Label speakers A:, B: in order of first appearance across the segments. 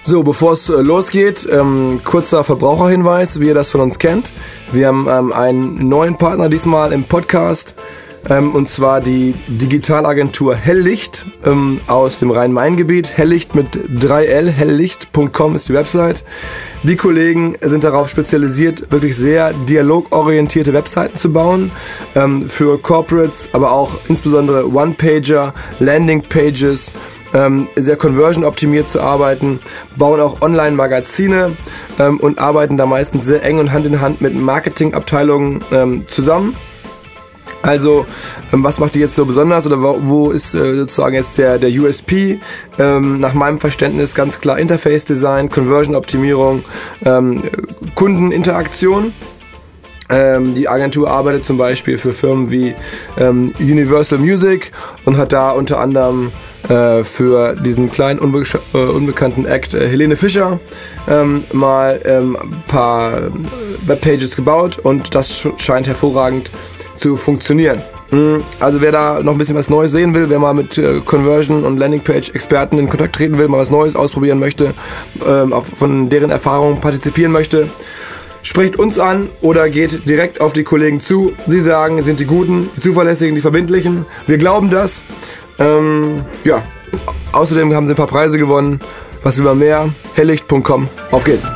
A: So, bevor es losgeht, kurzer Verbraucherhinweis, wie ihr das von uns kennt. Wir haben einen neuen Partner diesmal im Podcast, und zwar die Digitalagentur Helllicht aus dem Rhein-Main-Gebiet. Helllicht mit 3L, helllicht.com ist die Website. Die Kollegen sind darauf spezialisiert, wirklich sehr dialogorientierte Webseiten zu bauen, für Corporates, aber auch insbesondere One-Pager, Landing-Pages, sehr conversion-optimiert zu arbeiten, bauen auch Online-Magazine und arbeiten da meistens sehr eng und Hand in Hand mit Marketingabteilungen zusammen. Also, was macht die jetzt so besonders oder wo ist sozusagen jetzt der USP? Nach meinem Verständnis ganz klar Interface-Design, Conversion-Optimierung, Kundeninteraktion. Die Agentur arbeitet zum Beispiel für Firmen wie Universal Music und hat da unter anderem für diesen kleinen unbekannten Act Helene Fischer mal ein paar Webpages gebaut und das scheint hervorragend zu funktionieren. Also wer da noch ein bisschen was Neues sehen will, wer mal mit Conversion- und Landingpage-Experten in Kontakt treten will, mal was Neues ausprobieren möchte, von deren Erfahrungen partizipieren möchte, sprecht uns an oder geht direkt auf die Kollegen zu. Sie sagen, sind die Guten, die Zuverlässigen, die Verbindlichen. Wir glauben das. Ja, außerdem haben sie ein paar Preise gewonnen. Was will man mehr? Helllicht.com. Auf geht's.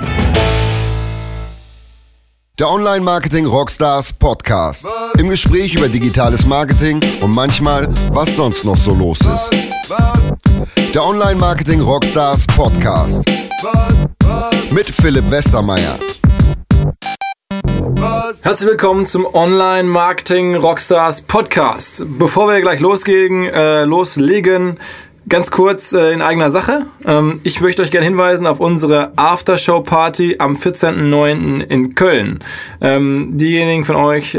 B: Der Online-Marketing-Rockstars Podcast. Im Gespräch über digitales Marketing und manchmal, was sonst noch so los ist. Der Online-Marketing-Rockstars Podcast. Mit Philipp Westermeier.
A: Herzlich willkommen zum Online-Marketing Rockstars Podcast. Bevor wir gleich loslegen, ganz kurz in eigener Sache. Ich möchte euch gerne hinweisen auf unsere Aftershow-Party am 14.09. in Köln. Diejenigen von euch,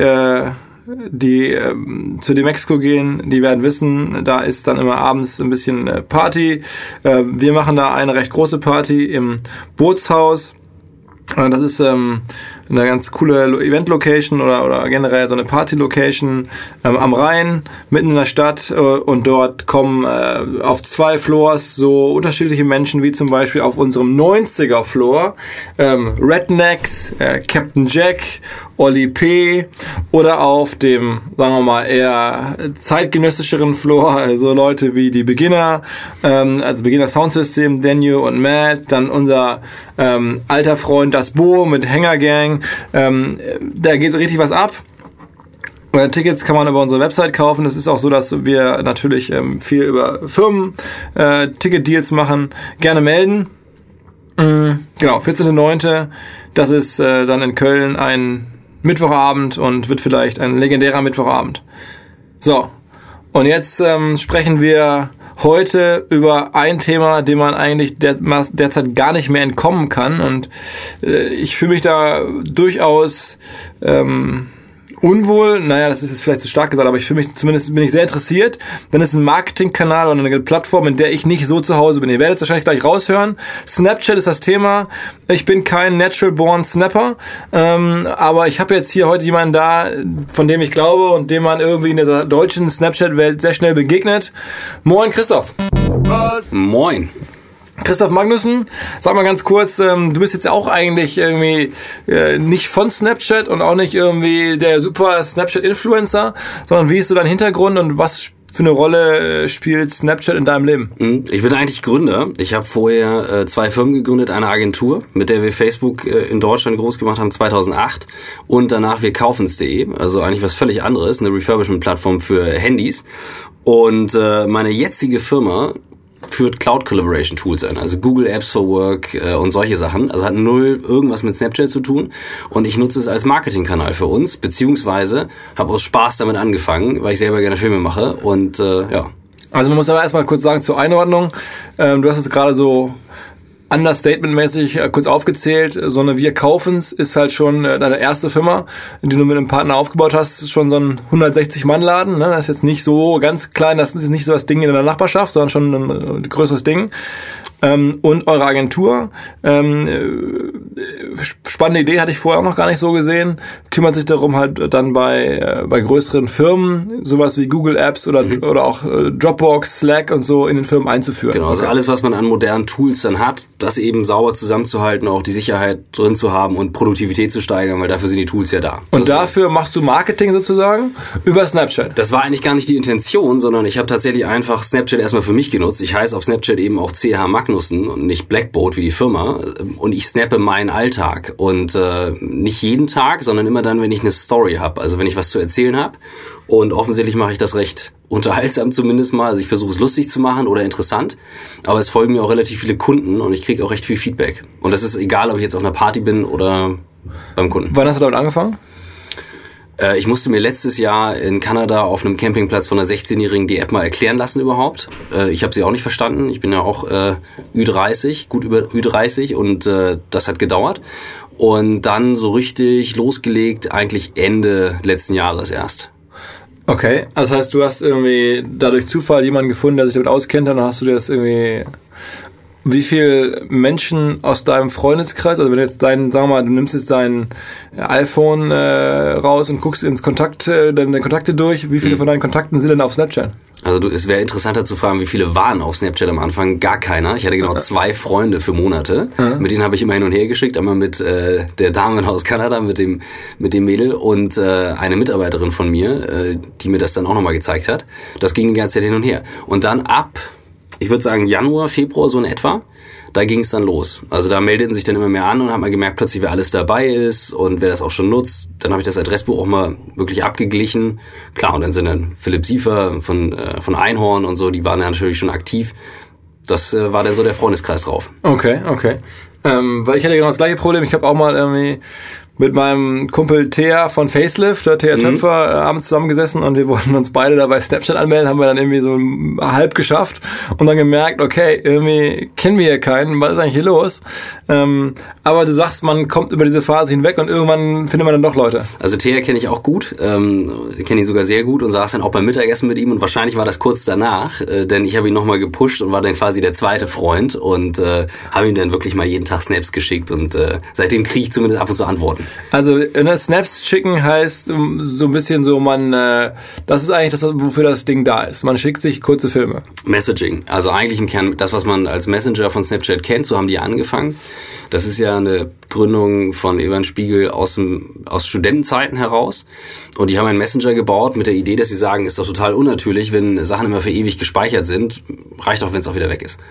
A: die zu Demexco gehen, die werden wissen, da ist dann immer abends ein bisschen Party. Wir machen da eine recht große Party im Bootshaus. Das ist eine ganz coole Event-Location oder generell so eine Party-Location am Rhein, mitten in der Stadt, und dort kommen auf 2 Floors so unterschiedliche Menschen, wie zum Beispiel auf unserem 90er-Floor Rednecks, Captain Jack, Olli P. oder auf dem, sagen wir mal, eher zeitgenössischeren Floor, also Leute wie die Beginner, also Beginner Soundsystem, Daniel und Matt, dann unser alter Freund Das Bo mit Hänger Gang. Da geht richtig was ab. Tickets kann man über unsere Website kaufen. Es ist auch so, dass wir natürlich viel über Firmen Ticket-Deals machen. Gerne melden. Genau, 14.09. Das ist dann in Köln ein Mittwochabend und wird vielleicht ein legendärer Mittwochabend. So, und jetzt sprechen wir heute über ein Thema, dem man eigentlich derzeit gar nicht mehr entkommen kann, und ich fühle mich da durchaus unwohl. Naja, das ist jetzt vielleicht zu stark gesagt, aber ich fühle mich, zumindest bin ich sehr interessiert, denn es ist ein Marketingkanal oder eine Plattform, in der ich nicht so zu Hause bin. Ihr werdet es wahrscheinlich gleich raushören. Snapchat ist das Thema. Ich bin kein Natural Born Snapper, aber ich habe jetzt hier heute jemanden da, von dem ich glaube und dem man irgendwie in dieser deutschen Snapchat-Welt sehr schnell begegnet. Moin Christoph.
C: Was? Moin.
A: Christoph Magnussen, sag mal ganz kurz, du bist jetzt ja auch eigentlich irgendwie nicht von Snapchat und auch nicht irgendwie der super Snapchat-Influencer, sondern wie ist so dein Hintergrund und was für eine Rolle spielt Snapchat in deinem Leben?
C: Ich bin eigentlich Gründer. Ich habe vorher 2 Firmen gegründet, eine Agentur, mit der wir Facebook in Deutschland groß gemacht haben 2008, und danach wir kaufens.de, also eigentlich was völlig anderes, eine Refurbishment-Plattform für Handys. Und meine jetzige Firma führt Cloud Collaboration Tools an, also Google Apps for Work und solche Sachen. Also hat null irgendwas mit Snapchat zu tun, und ich nutze es als Marketingkanal für uns, beziehungsweise habe aus Spaß damit angefangen, weil ich selber gerne Filme mache, und ja.
A: Also man muss aber erstmal kurz sagen zur Einordnung, du hast es gerade so understatement-mäßig kurz aufgezählt, so eine Wir kaufen's ist halt schon deine erste Firma, die du mit einem Partner aufgebaut hast, schon so ein 160-Mann-Laden, ne? Das ist jetzt nicht so ganz klein, das ist nicht so das Ding in der Nachbarschaft, sondern schon ein größeres Ding. und eure Agentur. Spannende Idee, hatte ich vorher auch noch gar nicht so gesehen. Kümmert sich darum halt dann bei größeren Firmen, sowas wie Google Apps oder auch Dropbox, Slack und so in den Firmen einzuführen.
C: Genau, also alles, was man an modernen Tools dann hat, das eben sauber zusammenzuhalten, auch die Sicherheit drin zu haben und Produktivität zu steigern, weil dafür sind die Tools ja da.
A: Und dafür machst du Marketing sozusagen über Snapchat?
C: Das war eigentlich gar nicht die Intention, sondern ich habe tatsächlich einfach Snapchat erstmal für mich genutzt. Ich heiße auf Snapchat eben auch CH Magnussen und nicht Blackboard wie die Firma. Und ich snappe meinen Alltag. Und nicht jeden Tag, sondern immer dann, wenn ich eine Story habe. Also wenn ich was zu erzählen habe. Und offensichtlich mache ich das recht unterhaltsam zumindest mal. Also ich versuche es lustig zu machen oder interessant. Aber es folgen mir auch relativ viele Kunden und ich kriege auch recht viel Feedback. Und das ist egal, ob ich jetzt auf einer Party bin oder beim Kunden.
A: Wann hast du damit angefangen?
C: Ich musste mir letztes Jahr in Kanada auf einem Campingplatz von einer 16-Jährigen die App mal erklären lassen überhaupt. Ich habe sie auch nicht verstanden. Ich bin ja auch Ü30, gut über Ü30 und das hat gedauert. Und dann so richtig losgelegt eigentlich Ende letzten Jahres erst.
A: Okay, also das heißt, du hast irgendwie dadurch Zufall jemanden gefunden, der sich damit auskennt, und dann hast du dir das irgendwie... Wie viele Menschen aus deinem Freundeskreis, also wenn du jetzt sagen wir mal, du nimmst jetzt dein iPhone raus und guckst ins deine Kontakte durch, wie viele von deinen Kontakten sind denn auf Snapchat?
C: Also es wäre interessanter zu fragen, wie viele waren auf Snapchat am Anfang? Gar keiner. Ich hatte genau 2 Freunde für Monate. Mit denen habe ich immer hin und her geschickt. Einmal mit der Dame aus Kanada, mit dem Mädel und eine Mitarbeiterin von mir, die mir das dann auch nochmal gezeigt hat. Das ging die ganze Zeit hin und her. Und dann ich würde sagen Januar, Februar so in etwa, da ging es dann los. Also da meldeten sich dann immer mehr an und haben mal gemerkt, plötzlich wer alles dabei ist und wer das auch schon nutzt. Dann habe ich das Adressbuch auch mal wirklich abgeglichen. Klar, und dann sind dann Philipp Siefer von Einhorn und so, die waren ja natürlich schon aktiv. Das war dann so der Freundeskreis drauf.
A: Okay. Weil ich hatte genau das gleiche Problem. Ich habe auch mal irgendwie mit meinem Kumpel Thea von Facelift, Thea Töpfer, abends zusammengesessen und wir wollten uns beide da bei Snapchat anmelden, haben wir dann irgendwie so halb geschafft und dann gemerkt, okay, irgendwie kennen wir hier keinen, was ist eigentlich hier los? Aber du sagst, man kommt über diese Phase hinweg und irgendwann findet man dann doch Leute.
C: Also Thea kenne ich auch gut, kenne ihn sogar sehr gut und saß dann auch beim Mittagessen mit ihm und wahrscheinlich war das kurz danach, denn ich habe ihn nochmal gepusht und war dann quasi der zweite Freund und habe ihm dann wirklich mal jeden Tag Snaps geschickt und seitdem kriege ich zumindest ab und zu Antworten.
A: Also Snaps schicken heißt so ein bisschen so, das ist eigentlich das, wofür das Ding da ist. Man schickt sich kurze Filme.
C: Messaging, also eigentlich im Kern das, was man als Messenger von Snapchat kennt, so haben die angefangen. Das ist ja eine Gründung von Evan Spiegel aus Studentenzeiten heraus. Und die haben einen Messenger gebaut mit der Idee, dass sie sagen, ist doch total unnatürlich, wenn Sachen immer für ewig gespeichert sind. Reicht auch, wenn es auch wieder weg ist.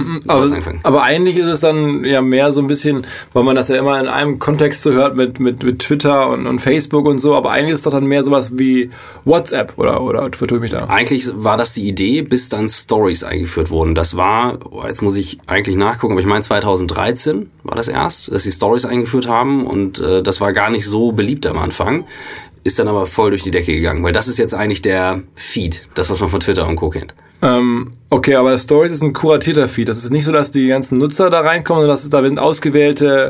A: Aber eigentlich ist es dann ja mehr so ein bisschen, weil man das ja immer in einem Kontext so hört mit Twitter und Facebook und so, aber eigentlich ist es doch dann mehr sowas wie WhatsApp oder vertue ich mich da?
C: Eigentlich war das die Idee, bis dann Stories eingeführt wurden. Das war, jetzt muss ich eigentlich nachgucken, aber ich meine 2013 war das erst, dass sie Stories eingeführt haben und das war gar nicht so beliebt am Anfang. Ist dann aber voll durch die Decke gegangen, weil das ist jetzt eigentlich der Feed, das, was man von Twitter und Co. kennt.
A: Okay, aber Stories ist ein kuratierter Feed. Das ist nicht so, dass die ganzen Nutzer da reinkommen, sondern da sind ausgewählte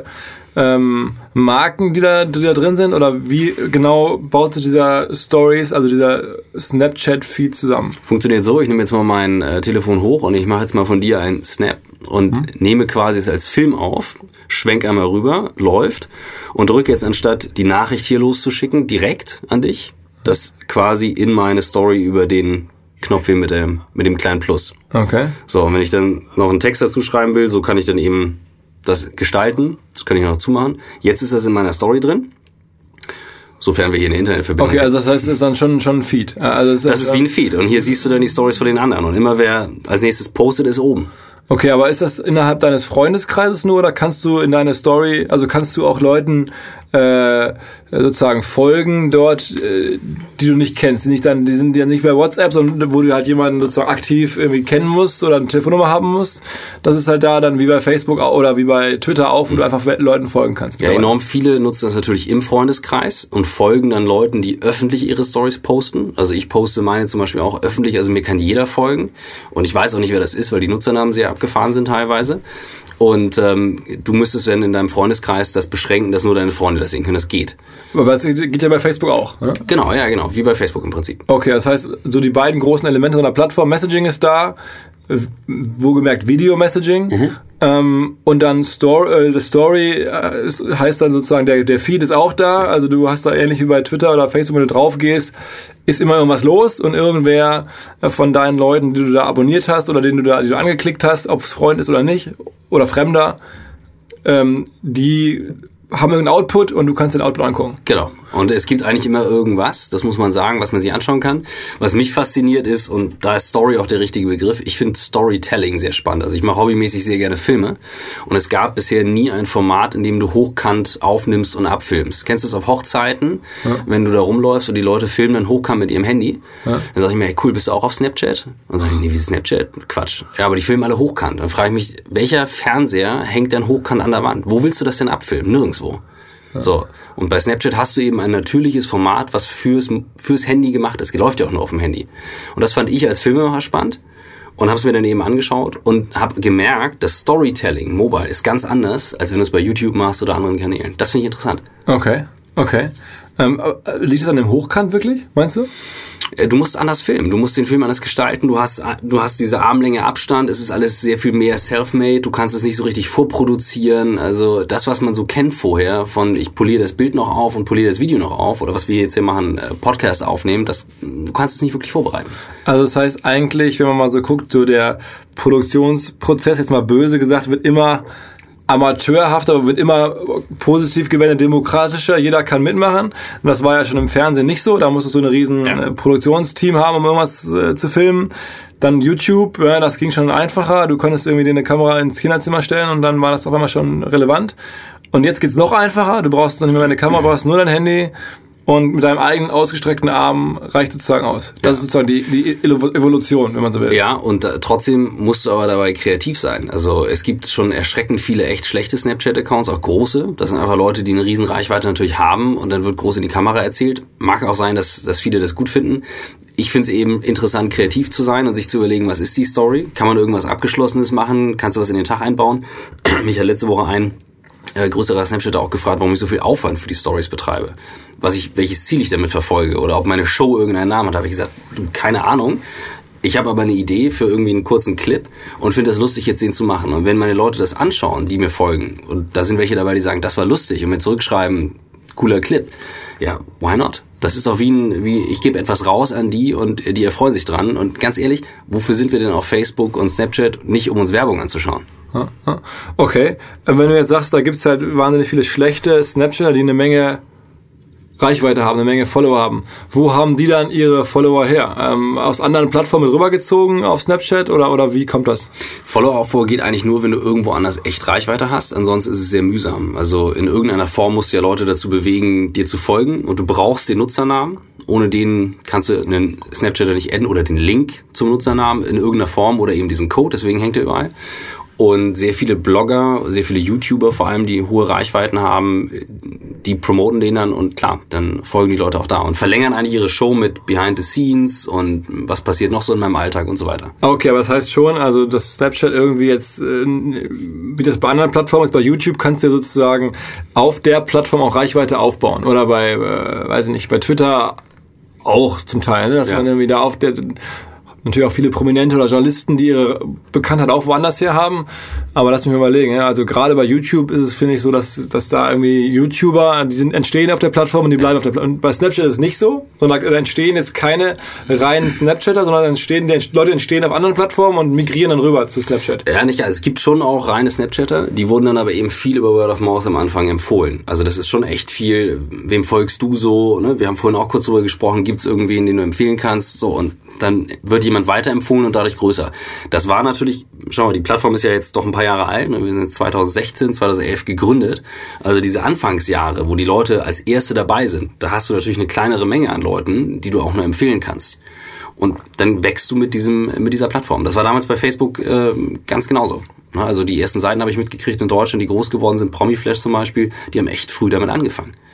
A: Marken, die da drin sind? Oder wie genau baut sich dieser Stories, also dieser Snapchat-Feed zusammen?
C: Funktioniert so, ich nehme jetzt mal mein Telefon hoch und ich mache jetzt mal von dir einen Snap und nehme quasi es als Film auf, schwenk einmal rüber, läuft und drücke jetzt, anstatt die Nachricht hier loszuschicken, direkt an dich, das quasi in meine Story über den Knopf hier mit dem kleinen Plus.
A: Okay.
C: So, und wenn ich dann noch einen Text dazu schreiben will, so kann ich dann eben das gestalten. Das kann ich noch zumachen. Jetzt ist das in meiner Story drin. Sofern wir hier eine Internetverbindung haben.
A: Okay, also das heißt, es ist dann schon ein Feed. Also
C: das ist wie ein Feed. Und hier siehst du dann die Stories von den anderen. Und immer wer als nächstes postet, ist oben.
A: Okay, aber ist das innerhalb deines Freundeskreises nur oder kannst du in deine Story, also kannst du auch Leuten sozusagen folgen dort, die du nicht kennst, die sind ja nicht bei WhatsApp, sondern wo du halt jemanden sozusagen aktiv irgendwie kennen musst oder eine Telefonnummer haben musst. Das ist halt da dann wie bei Facebook oder wie bei Twitter auch, wo du einfach Leuten folgen kannst.
C: Ja, enorm viele nutzen das natürlich im Freundeskreis und folgen dann Leuten, die öffentlich ihre Stories posten. Also ich poste meine zum Beispiel auch öffentlich, also mir kann jeder folgen und ich weiß auch nicht, wer das ist, weil die Nutzernamen sehr abgefahren sind teilweise. Und du müsstest, wenn in deinem Freundeskreis das beschränken, dass nur deine Freunde das sehen können. Das geht.
A: Aber das geht ja bei Facebook auch, ne?
C: Genau, wie bei Facebook im Prinzip.
A: Okay, das heißt, so die beiden großen Elemente so einer Plattform, Messaging ist da, wohlgemerkt Video-Messaging. Und dann das Story heißt dann sozusagen, der Feed ist auch da. Also du hast da ähnlich wie bei Twitter oder Facebook, wenn du drauf gehst, ist immer irgendwas los und irgendwer von deinen Leuten, die du da abonniert hast oder die du angeklickt hast, ob es Freund ist oder nicht oder Fremder, die haben irgendeinen Output und du kannst den Output angucken.
C: Genau. Und es gibt eigentlich immer irgendwas, das muss man sagen, was man sich anschauen kann. Was mich fasziniert ist, und da ist Story auch der richtige Begriff, ich finde Storytelling sehr spannend. Also ich mache hobbymäßig sehr gerne Filme und es gab bisher nie ein Format, in dem du hochkant aufnimmst und abfilmst. Kennst du es auf Hochzeiten, wenn du da rumläufst und die Leute filmen dann hochkant mit ihrem Handy? Dann sage ich mir, hey, cool, bist du auch auf Snapchat? Und sage ich, nee, wie Snapchat? Quatsch. Ja, aber die filmen alle hochkant. Dann frage ich mich, welcher Fernseher hängt denn hochkant an der Wand? Wo willst du das denn abfilmen? Nirgendwo. So. Und bei Snapchat hast du eben ein natürliches Format, was fürs Handy gemacht ist. Läuft ja auch nur auf dem Handy. Und das fand ich als Filmemacher spannend und habe es mir dann eben angeschaut und habe gemerkt, das Storytelling mobile ist ganz anders, als wenn du es bei YouTube machst oder anderen Kanälen. Das finde ich interessant.
A: Okay. Liegt es an dem Hochkant wirklich, meinst du?
C: Du musst anders filmen, du musst den Film anders gestalten, du hast diese Armlänge Abstand, es ist alles sehr viel mehr self-made, du kannst es nicht so richtig vorproduzieren, also das, was man so kennt vorher, von ich poliere das Bild noch auf und poliere das Video noch auf, oder was wir jetzt hier machen, Podcast aufnehmen, du kannst es nicht wirklich vorbereiten.
A: Also das heißt eigentlich, wenn man mal so guckt, so der Produktionsprozess, jetzt mal böse gesagt, wird immer amateurhafter, wird immer positiv gewendet, demokratischer, jeder kann mitmachen. Und das war ja schon im Fernsehen nicht so, da musstest du ein riesen Produktionsteam haben, um irgendwas zu filmen. Dann YouTube, das ging schon einfacher, du konntest irgendwie dir eine Kamera ins Kinderzimmer stellen und dann war das auf einmal schon relevant. Und jetzt geht's noch einfacher, du brauchst noch nicht mehr eine Kamera, brauchst nur dein Handy. Und mit deinem eigenen ausgestreckten Arm reicht sozusagen aus. Das ist sozusagen die Evolution, wenn man so will.
C: Ja, und trotzdem musst du aber dabei kreativ sein. Also es gibt schon erschreckend viele echt schlechte Snapchat-Accounts, auch große. Das sind einfach Leute, die eine riesen Reichweite natürlich haben und dann wird groß in die Kamera erzählt. Mag auch sein, dass viele das gut finden. Ich finde es eben interessant, kreativ zu sein und sich zu überlegen, was ist die Story? Kann man irgendwas Abgeschlossenes machen? Kannst du was in den Tag einbauen? Mich hat letzte Woche ein größerer Snapchatter auch gefragt, warum ich so viel Aufwand für die Stories betreibe. Welches Ziel ich damit verfolge oder ob meine Show irgendeinen Namen hat. Da habe ich gesagt, keine Ahnung. Ich habe aber eine Idee für irgendwie einen kurzen Clip und finde das lustig, jetzt den zu machen. Und wenn meine Leute das anschauen, die mir folgen, und da sind welche dabei, die sagen, das war lustig und mir zurückschreiben, cooler Clip. Ja, why not? Das ist auch wie ich gebe etwas raus an die und die erfreuen sich dran. Und ganz ehrlich, wofür sind wir denn auf Facebook und Snapchat? Nicht, um uns Werbung anzuschauen.
A: Okay, wenn du jetzt sagst, da gibt's halt wahnsinnig viele schlechte Snapchatter, die eine Menge Reichweite haben, eine Menge Follower haben. Wo haben die dann ihre Follower her? Aus anderen Plattformen rübergezogen auf Snapchat oder wie kommt das?
C: Follower-Aufbau geht eigentlich nur, wenn du irgendwo anders echt Reichweite hast. Ansonsten ist es sehr mühsam. Also in irgendeiner Form musst du ja Leute dazu bewegen, dir zu folgen und du brauchst den Nutzernamen. Ohne den kannst du einen Snapchatter nicht adden oder den Link zum Nutzernamen in irgendeiner Form oder eben diesen Code, deswegen hängt er überall. Und sehr viele Blogger, sehr viele YouTuber vor allem, die hohe Reichweiten haben, die promoten den dann und klar, dann folgen die Leute auch da und verlängern eigentlich ihre Show mit Behind the Scenes und was passiert noch so in meinem Alltag und so weiter.
A: Okay, aber das heißt schon, also dass Snapchat irgendwie jetzt, wie das bei anderen Plattformen ist, bei YouTube kannst du ja sozusagen auf der Plattform auch Reichweite aufbauen oder bei, weiß ich nicht, bei Twitter auch zum Teil, ne? Dass man irgendwie da auf der... Natürlich auch viele Prominente oder Journalisten, die ihre Bekanntheit auch woanders her haben. Aber lass mich mal überlegen. Ja. Also gerade bei YouTube ist es, finde ich, so, dass da irgendwie YouTuber, die entstehen auf der Plattform und die bleiben auf der Plattform. Und bei Snapchat ist es nicht so, sondern da entstehen jetzt keine reinen Snapchatter, sondern Leute entstehen auf anderen Plattformen und migrieren dann rüber zu Snapchat.
C: Ja, nicht. Also es gibt schon auch reine Snapchatter, die wurden dann aber eben viel über Word of Mouth am Anfang empfohlen. Also das ist schon echt viel, wem folgst du so? Ne? Wir haben vorhin auch kurz darüber gesprochen, gibt es irgendwen, den du empfehlen kannst? So, und dann wird jemand weiterempfohlen und dadurch größer. Das war natürlich, schau mal, die Plattform ist ja jetzt doch ein paar Jahre alt. Wir sind jetzt 2016, 2011 gegründet. Also diese Anfangsjahre, wo die Leute als Erste dabei sind, da hast du natürlich eine kleinere Menge an Leuten, die du auch nur empfehlen kannst. Und dann wächst du mit dieser Plattform. Das war damals bei Facebook ganz genauso. Also die ersten Seiten habe ich mitgekriegt in Deutschland, die groß geworden sind, Promiflash zum Beispiel, die haben echt früh damit angefangen.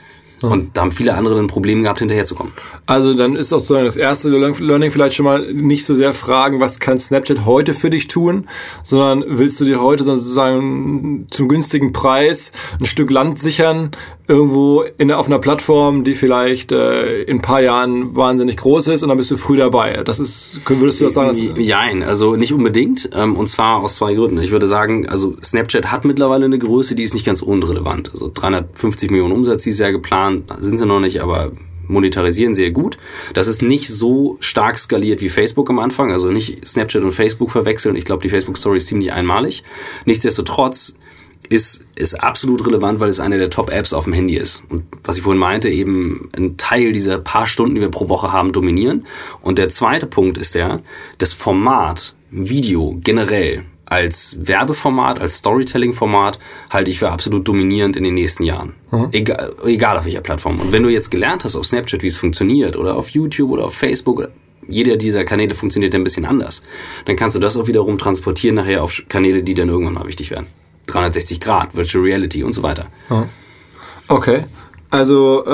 C: Und da haben viele andere ein Problem gehabt, hinterherzukommen.
A: Also dann ist auch sozusagen das erste Learning vielleicht schon mal nicht so sehr fragen, was kann Snapchat heute für dich tun, sondern willst du dir heute sozusagen zum günstigen Preis ein Stück Land sichern, irgendwo auf einer Plattform, die vielleicht in ein paar Jahren wahnsinnig groß ist und dann bist du früh dabei. Würdest du das sagen?
C: Nein, also nicht unbedingt, und zwar aus 2 Gründen. Ich würde sagen, also Snapchat hat mittlerweile eine Größe, die ist nicht ganz unrelevant. Also 350 Millionen Umsatz dieses Jahr geplant, sind sie noch nicht, aber monetarisieren sehr gut. Das ist nicht so stark skaliert wie Facebook am Anfang, also nicht Snapchat und Facebook verwechseln. Ich glaube, die Facebook-Story ist ziemlich einmalig. Nichtsdestotrotz ist absolut relevant, weil es eine der Top-Apps auf dem Handy ist. Und was ich vorhin meinte, eben ein Teil dieser paar Stunden, die wir pro Woche haben, dominieren. Und der zweite Punkt ist das Format Video generell als Werbeformat, als Storytelling-Format halte ich für absolut dominierend in den nächsten Jahren. Egal auf welcher Plattform. Und wenn du jetzt gelernt hast auf Snapchat, wie es funktioniert, oder auf YouTube oder auf Facebook, jeder dieser Kanäle funktioniert ein bisschen anders, dann kannst du das auch wiederum transportieren nachher auf Kanäle, die dann irgendwann mal wichtig werden. 360 Grad, Virtual Reality und so weiter.
A: Okay. Also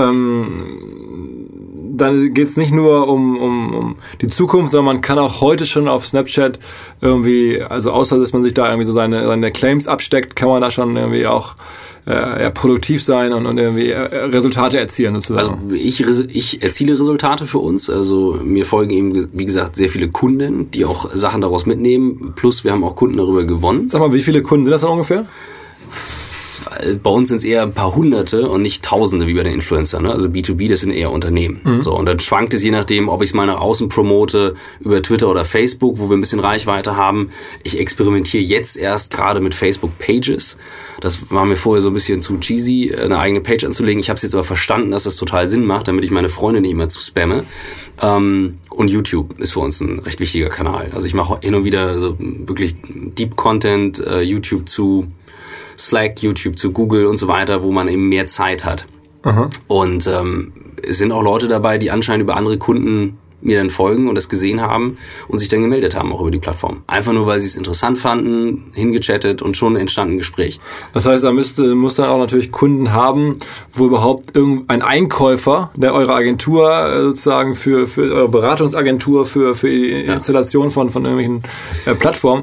A: dann geht es nicht nur um die Zukunft, sondern man kann auch heute schon auf Snapchat irgendwie, also außer dass man sich da irgendwie so seine Claims absteckt, kann man da schon irgendwie auch produktiv sein und irgendwie Resultate erzielen sozusagen.
C: Also ich erziele Resultate für uns. Also mir folgen eben, wie gesagt, sehr viele Kunden, die auch Sachen daraus mitnehmen. Plus wir haben auch Kunden darüber gewonnen.
A: Sag mal, wie viele Kunden sind das dann ungefähr?
C: Bei uns sind es eher ein paar Hunderte und nicht Tausende wie bei den Influencern. Ne? Also B2B, das sind eher Unternehmen. So, und dann schwankt es je nachdem, ob ich es mal nach außen promote über Twitter oder Facebook, wo wir ein bisschen Reichweite haben. Ich experimentiere jetzt erst gerade mit Facebook-Pages. Das war mir vorher so ein bisschen zu cheesy, eine eigene Page anzulegen. Ich habe es jetzt aber verstanden, dass das total Sinn macht, damit ich meine Freunde nicht immer zu spamme. Und YouTube ist für uns ein recht wichtiger Kanal. Also ich mache hin und wieder so wirklich Deep Content, YouTube zu Slack, YouTube zu Google und so weiter, wo man eben mehr Zeit hat. Und es sind auch Leute dabei, die anscheinend über andere Kunden mir dann folgen und das gesehen haben und sich dann gemeldet haben, auch über die Plattform. Einfach nur, weil sie es interessant fanden, hingechattet und schon entstand ein Gespräch.
A: Das heißt, da muss dann auch natürlich Kunden haben, wo überhaupt irgendein Einkäufer, der eure Agentur sozusagen für eure Beratungsagentur, für die Installation von irgendwelchen Plattformen,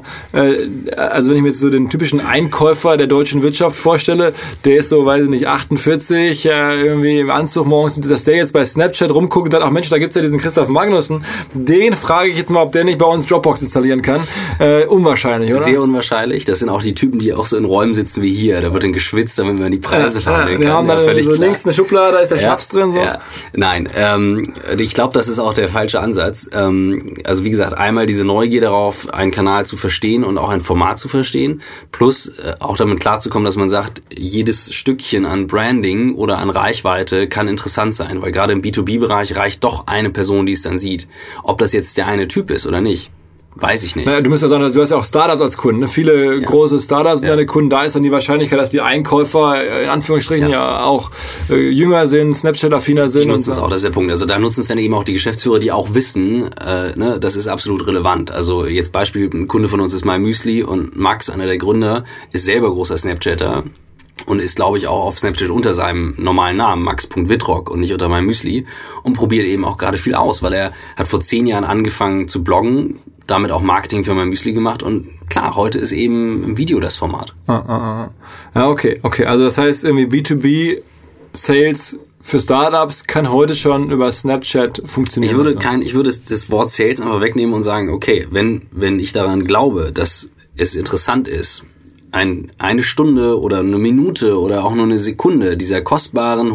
A: also wenn ich mir jetzt so den typischen Einkäufer der deutschen Wirtschaft vorstelle, der ist so, weiß ich nicht, 48, irgendwie im Anzug morgens, dass der jetzt bei Snapchat rumguckt und sagt, ach Mensch, da gibt's ja diesen Christoph Magnussen, den frage ich jetzt mal, ob der nicht bei uns Dropbox installieren kann. Unwahrscheinlich, oder?
C: Sehr unwahrscheinlich. Das sind auch die Typen, die auch so in Räumen sitzen wie hier. Da wird dann geschwitzt, damit man die Preise verhandeln kann.
A: Wir haben dann so links eine Schublade, da ist der Schnaps drin. So.
C: Ja. Nein, ich glaube, das ist auch der falsche Ansatz. Also wie gesagt, einmal diese Neugier darauf, einen Kanal zu verstehen und auch ein Format zu verstehen. Plus auch damit klarzukommen, dass man sagt, jedes Stückchen an Branding oder an Reichweite kann interessant sein. Weil gerade im B2B-Bereich reicht doch eine Person, die es dann sieht. Ob das jetzt der eine Typ ist oder nicht, weiß ich nicht.
A: Naja, du musst ja sagen, du hast ja auch Startups als Kunden. Ne? Viele große Startups sind deine Kunden. Da ist dann die Wahrscheinlichkeit, dass die Einkäufer in Anführungsstrichen auch jünger sind, Snapchat-affiner sind.
C: Die nutzen es auch, das ist der Punkt. Also da nutzen es dann eben auch die Geschäftsführer, die auch wissen, das ist absolut relevant. Also jetzt Beispiel, ein Kunde von uns ist MyMüsli und Max, einer der Gründer, ist selber großer Snapchatter. Und ist, glaube ich, auch auf Snapchat unter seinem normalen Namen, max.wittrock und nicht unter MyMüsli, und probiert eben auch gerade viel aus, weil er hat vor 10 Jahren angefangen zu bloggen, damit auch Marketing für MyMüsli gemacht und klar, heute ist eben im Video das Format.
A: Ja, okay. Also das heißt irgendwie B2B Sales für Startups kann heute schon über Snapchat funktionieren.
C: Ich würde das Wort Sales einfach wegnehmen und sagen, okay, wenn ich daran glaube, dass es interessant ist, eine Stunde oder eine Minute oder auch nur eine Sekunde dieser kostbaren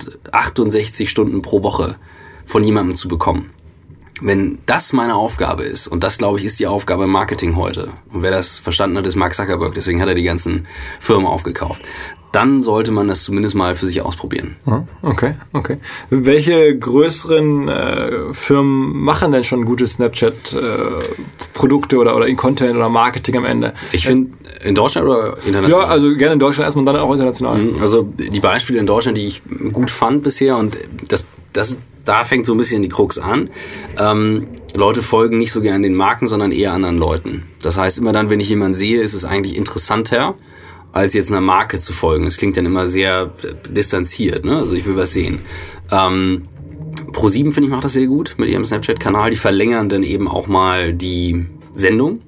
C: 168 Stunden pro Woche von jemandem zu bekommen. Wenn das meine Aufgabe ist, und das, glaube ich, ist die Aufgabe im Marketing heute, und wer das verstanden hat, ist Mark Zuckerberg, deswegen hat er die ganzen Firmen aufgekauft, dann sollte man das zumindest mal für sich ausprobieren.
A: Okay. Welche größeren Firmen machen denn schon gute Snapchat-Produkte oder in Content oder Marketing am End?
C: Ich finde, in Deutschland oder international?
A: Ja, also gerne in Deutschland erstmal und dann auch international.
C: Also die Beispiele in Deutschland, die ich gut fand bisher, und da fängt so ein bisschen die Krux an. Leute folgen nicht so gerne den Marken, sondern eher anderen Leuten. Das heißt, immer dann, wenn ich jemanden sehe, ist es eigentlich interessanter, als jetzt einer Marke zu folgen. Das klingt dann immer sehr distanziert, ne? Also ich will was sehen. Pro7, finde ich, macht das sehr gut mit ihrem Snapchat-Kanal. Die verlängern dann eben auch mal die Sendung.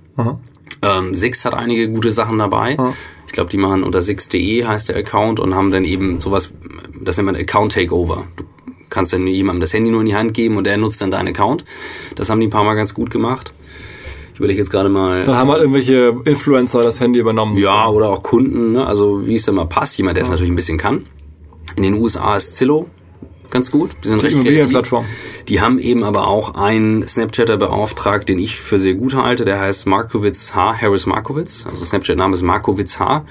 C: Sixt hat einige gute Sachen dabei. Ich glaube, die machen unter sixt.de heißt der Account und haben dann eben sowas, das nennt man Account-Takeover. Du kannst dann jemandem das Handy nur in die Hand geben und der nutzt dann deinen Account. Das haben die ein paar Mal ganz gut gemacht. Ich überlege jetzt gerade mal.
A: Dann haben halt irgendwelche Influencer das Handy übernommen.
C: Ja, oder auch Kunden, ne? Also wie es dann mal passt. Jemand, der es natürlich ein bisschen kann. In den USA ist Zillow ganz gut. Die sind recht kreativ. Die haben eben aber auch einen Snapchatter beauftragt, den ich für sehr gut halte. Der heißt Markowitz H., Harris Markowitz. Also Snapchat-Name ist Markowitz H.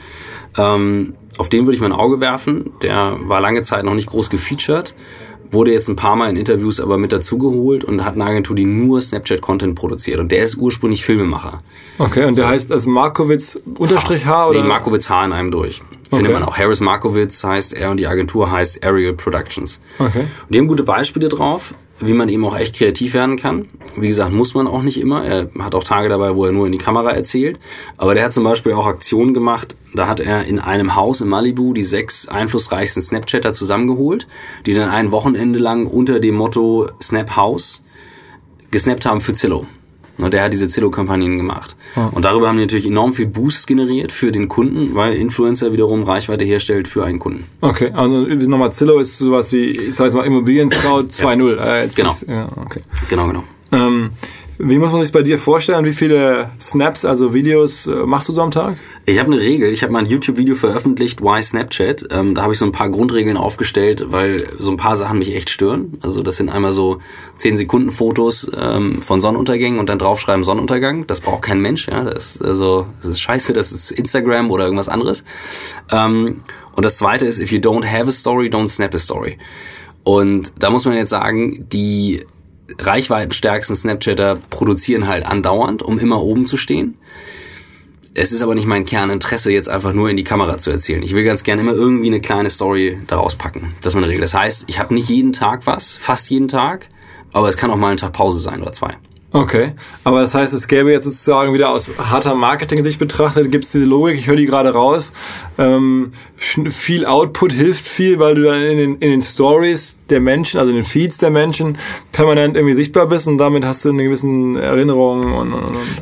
C: Auf den würde ich mein Auge werfen. Der war lange Zeit noch nicht groß gefeatured. Wurde jetzt ein paar Mal in Interviews aber mit dazugeholt und hat eine Agentur, die nur Snapchat-Content produziert. Und der ist ursprünglich Filmemacher.
A: Okay, und der heißt also Markowitz H? Oder?
C: Nee, Markowitz H in einem durch. Findet man auch. Harris Markowitz heißt er und die Agentur heißt Ariel Productions. Okay. Und die haben gute Beispiele drauf, wie man eben auch echt kreativ werden kann. Wie gesagt, muss man auch nicht immer. Er hat auch Tage dabei, wo er nur in die Kamera erzählt. Aber der hat zum Beispiel auch Aktionen gemacht. Da hat er in einem Haus in Malibu die 6 einflussreichsten Snapchatter zusammengeholt, die dann ein Wochenende lang unter dem Motto Snap House gesnappt haben für Zillow. Und der hat diese Zillow-Kampagnen gemacht. Und darüber haben die natürlich enorm viel Boost generiert für den Kunden, weil Influencer wiederum Reichweite herstellt für einen Kunden.
A: Okay, also nochmal, Zillow ist sowas wie, ich sag jetzt mal, Immobilien-Scout 2.0.
C: Genau.
A: Ja, okay.
C: Genau.
A: Wie muss man sich bei dir vorstellen? Wie viele Snaps, also Videos, machst du so am Tag?
C: Ich habe eine Regel. Ich habe mal ein YouTube-Video veröffentlicht, Why Snapchat. Da habe ich so ein paar Grundregeln aufgestellt, weil so ein paar Sachen mich echt stören. Also das sind einmal so 10-Sekunden-Fotos von Sonnenuntergängen und dann draufschreiben Sonnenuntergang. Das braucht kein Mensch. Ja, das ist scheiße. Das ist Instagram oder irgendwas anderes. Und das Zweite ist, if you don't have a story, don't snap a story. Und da muss man jetzt sagen, die reichweitenstärksten Snapchatter produzieren halt andauernd, um immer oben zu stehen. Es ist aber nicht mein Kerninteresse, jetzt einfach nur in die Kamera zu erzählen. Ich will ganz gerne immer irgendwie eine kleine Story daraus packen. Das ist meine Regel. Das heißt, ich habe nicht jeden Tag was, fast jeden Tag, aber es kann auch mal ein Tag Pause sein oder 2.
A: Okay, aber das heißt, es gäbe jetzt sozusagen wieder aus harter Marketing-Sicht betrachtet, gibt es diese Logik, ich höre die gerade raus, viel Output hilft viel, weil du dann in den Stories der Menschen, also in den Feeds der Menschen, permanent irgendwie sichtbar bist und damit hast du eine gewissen Erinnerung und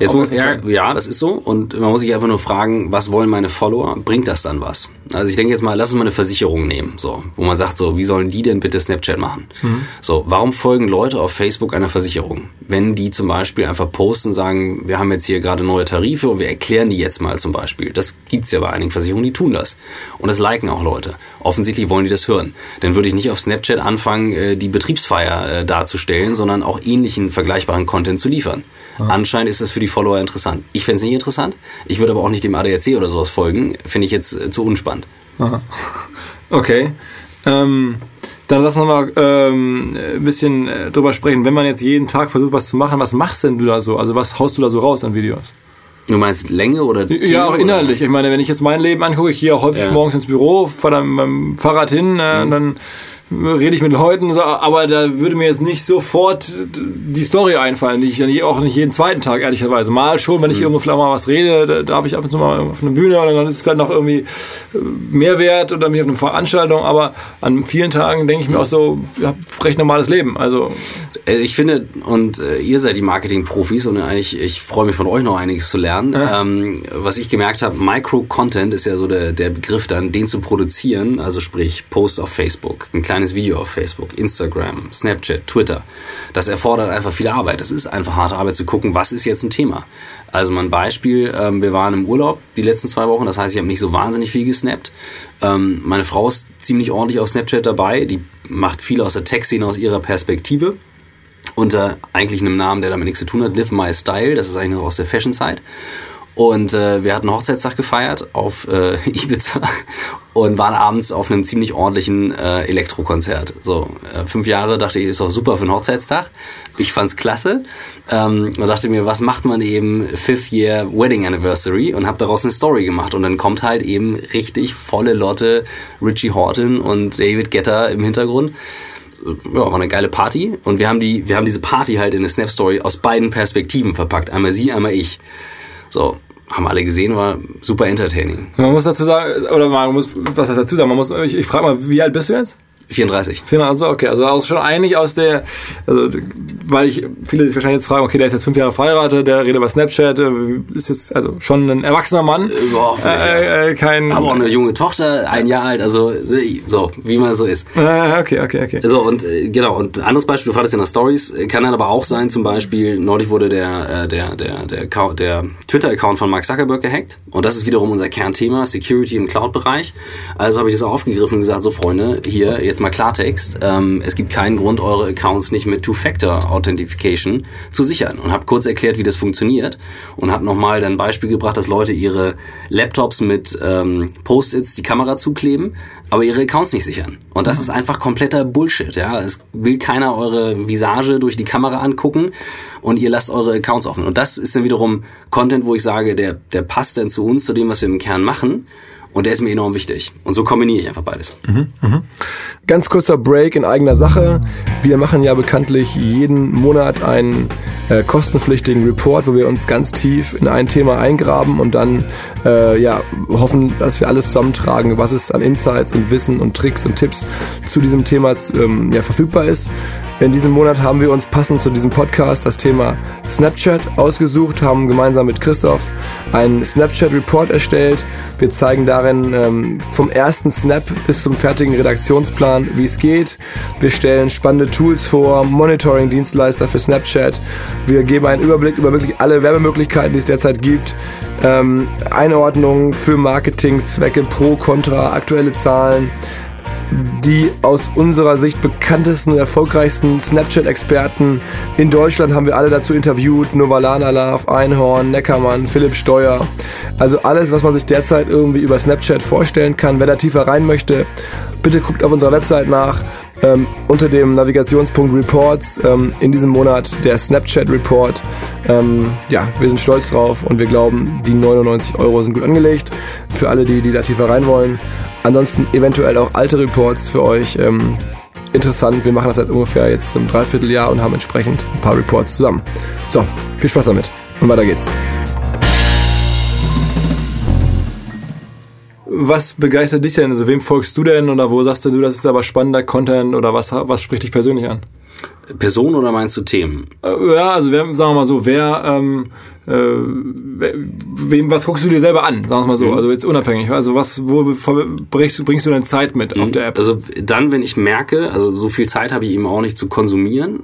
C: ja, das ist so und man muss sich einfach nur fragen, was wollen meine Follower? Bringt das dann was? Also ich denke jetzt mal, lass uns mal eine Versicherung nehmen, so, wo man sagt, so, wie sollen die denn bitte Snapchat machen? So, warum folgen Leute auf Facebook einer Versicherung? Wenn die zum Beispiel einfach posten, sagen, wir haben jetzt hier gerade neue Tarife und wir erklären die jetzt mal zum Beispiel. Das gibt's ja bei einigen Versicherungen, die tun das. Und das liken auch Leute. Offensichtlich wollen die das hören. Dann würde ich nicht auf Snapchat anfangen, die Betriebsfeier darzustellen, sondern auch ähnlichen vergleichbaren Content zu liefern. Anscheinend ist das für die Follower interessant. Ich fände es nicht interessant. Ich würde aber auch nicht dem ADAC oder sowas folgen. Finde ich jetzt zu unspannend.
A: Aha. Okay. Dann lass uns mal ein bisschen drüber sprechen. Wenn man jetzt jeden Tag versucht, was zu machen, was machst denn du da so? Also was haust du da so raus an Videos?
C: Du meinst Länge oder Themen?
A: Ja, auch inhaltlich. Ich meine, wenn ich jetzt mein Leben angucke, ich gehe auch häufig morgens ins Büro, fahre dann mit dem Fahrrad hin und dann rede ich mit Leuten, aber da würde mir jetzt nicht sofort die Story einfallen, die ich dann auch nicht jeden zweiten Tag, ehrlicherweise. Mal schon, wenn ich irgendwo vielleicht mal was rede, da darf ich ab und zu mal auf einer Bühne oder dann ist es vielleicht noch irgendwie Mehrwert oder mich auf eine Veranstaltung, aber an vielen Tagen denke ich mir auch so, ja, recht normales Leben. Also
C: ich finde, und ihr seid die Marketing-Profis und eigentlich, ich freue mich von euch noch einiges zu lernen. Ja. Was ich gemerkt habe, Micro-Content ist ja so der Begriff dann, den zu produzieren, also sprich Post auf Facebook, ein kleines Video auf Facebook, Instagram, Snapchat, Twitter. Das erfordert einfach viel Arbeit. Das ist einfach harte Arbeit zu gucken, was ist jetzt ein Thema. Also mal ein Beispiel, wir waren im Urlaub die letzten 2 Wochen, das heißt, ich habe nicht so wahnsinnig viel gesnappt. Meine Frau ist ziemlich ordentlich auf Snapchat dabei, die macht viel aus der Tech-Szene aus ihrer Perspektive. Unter eigentlich einem Namen, der damit nichts zu tun hat, Live My Style, das ist eigentlich noch aus der Fashion-Zeit. Und wir hatten Hochzeitstag gefeiert auf Ibiza und waren abends auf einem ziemlich ordentlichen Elektrokonzert. So 5 Jahre, dachte ich, ist doch super für einen Hochzeitstag. Ich fand's klasse und dachte mir, was macht man eben 5th Year Wedding Anniversary und habe daraus eine Story gemacht. Und dann kommt halt eben richtig volle Lotte Richie Horton und David Guetta im Hintergrund. Ja, war eine geile Party und wir haben diese Party halt in eine Snap-Story aus beiden Perspektiven verpackt. Einmal sie, einmal ich. So, Haben alle gesehen, war super entertaining.
A: Man muss dazu sagen, oder man muss was dazu sagen, ich frage mal, wie alt bist du jetzt?
C: 34.
A: Also okay, also auch schon eigentlich aus der, also weil viele sich wahrscheinlich jetzt fragen, okay, der ist jetzt 5 Jahre verheiratet, der redet über Snapchat, ist jetzt also schon ein erwachsener Mann.
C: Kein. Aber auch eine junge Tochter, 1 Jahr alt, also so, wie man so ist.
A: Okay.
C: So, und genau, und ein anderes Beispiel, du fragtest ja nach Stories, kann dann aber auch sein, zum Beispiel, neulich wurde der Twitter-Account von Mark Zuckerberg gehackt und das ist wiederum unser Kernthema, Security im Cloud-Bereich. Also habe ich das auch aufgegriffen und gesagt, so Freunde, hier, jetzt mal Klartext, es gibt keinen Grund, eure Accounts nicht mit Two-Factor-Authentification zu sichern. Und habe kurz erklärt, wie das funktioniert und habe nochmal ein Beispiel gebracht, dass Leute ihre Laptops mit Post-its die Kamera zukleben, aber ihre Accounts nicht sichern. Und das ist einfach kompletter Bullshit. Ja, es will keiner eure Visage durch die Kamera angucken und ihr lasst eure Accounts offen. Und das ist dann wiederum Content, wo ich sage, der passt dann zu uns, zu dem, was wir im Kern machen. Und der ist mir enorm wichtig. Und so kombiniere ich einfach beides.
A: Ganz kurzer Break in eigener Sache. Wir machen ja bekanntlich jeden Monat einen kostenpflichtigen Report, wo wir uns ganz tief in ein Thema eingraben und dann hoffen, dass wir alles zusammentragen, was es an Insights und Wissen und Tricks und Tipps zu diesem Thema verfügbar ist. In diesem Monat haben wir uns passend zu diesem Podcast das Thema Snapchat ausgesucht, haben gemeinsam mit Christoph einen Snapchat-Report erstellt. Wir zeigen darin vom ersten Snap bis zum fertigen Redaktionsplan, wie es geht. Wir stellen spannende Tools vor, Monitoring-Dienstleister für Snapchat. Wir geben einen Überblick über wirklich alle Werbemöglichkeiten, die es derzeit gibt. Einordnungen für Marketingzwecke, Pro, Contra, aktuelle Zahlen. Die aus unserer Sicht bekanntesten und erfolgreichsten Snapchat-Experten in Deutschland haben wir alle dazu interviewt. Novalana Love, Einhorn, Neckermann, Philipp Steuer. Also alles, was man sich derzeit irgendwie über Snapchat vorstellen kann. Wer da tiefer rein möchte, bitte guckt auf unserer Website nach. Unter dem Navigationspunkt Reports in diesem Monat der Snapchat Report. Wir sind stolz drauf und wir glauben, die 99 € sind gut angelegt für alle, die da tiefer rein wollen. Ansonsten eventuell auch alte Reports für euch interessant. Wir machen das seit ungefähr jetzt einem Dreivierteljahr und haben entsprechend ein paar Reports zusammen. So, viel Spaß damit und weiter geht's. Was begeistert dich denn? Also wem folgst du denn oder wo sagst du, das ist aber spannender Content oder was spricht dich persönlich an?
C: Person oder meinst du Themen?
A: Ja, also sagen wir mal so, was guckst du dir selber an? Sagen wir mal so, also jetzt unabhängig. Also wo bringst du deine Zeit mit auf der App?
C: Also dann, wenn ich merke, also so viel Zeit habe ich eben auch nicht zu konsumieren.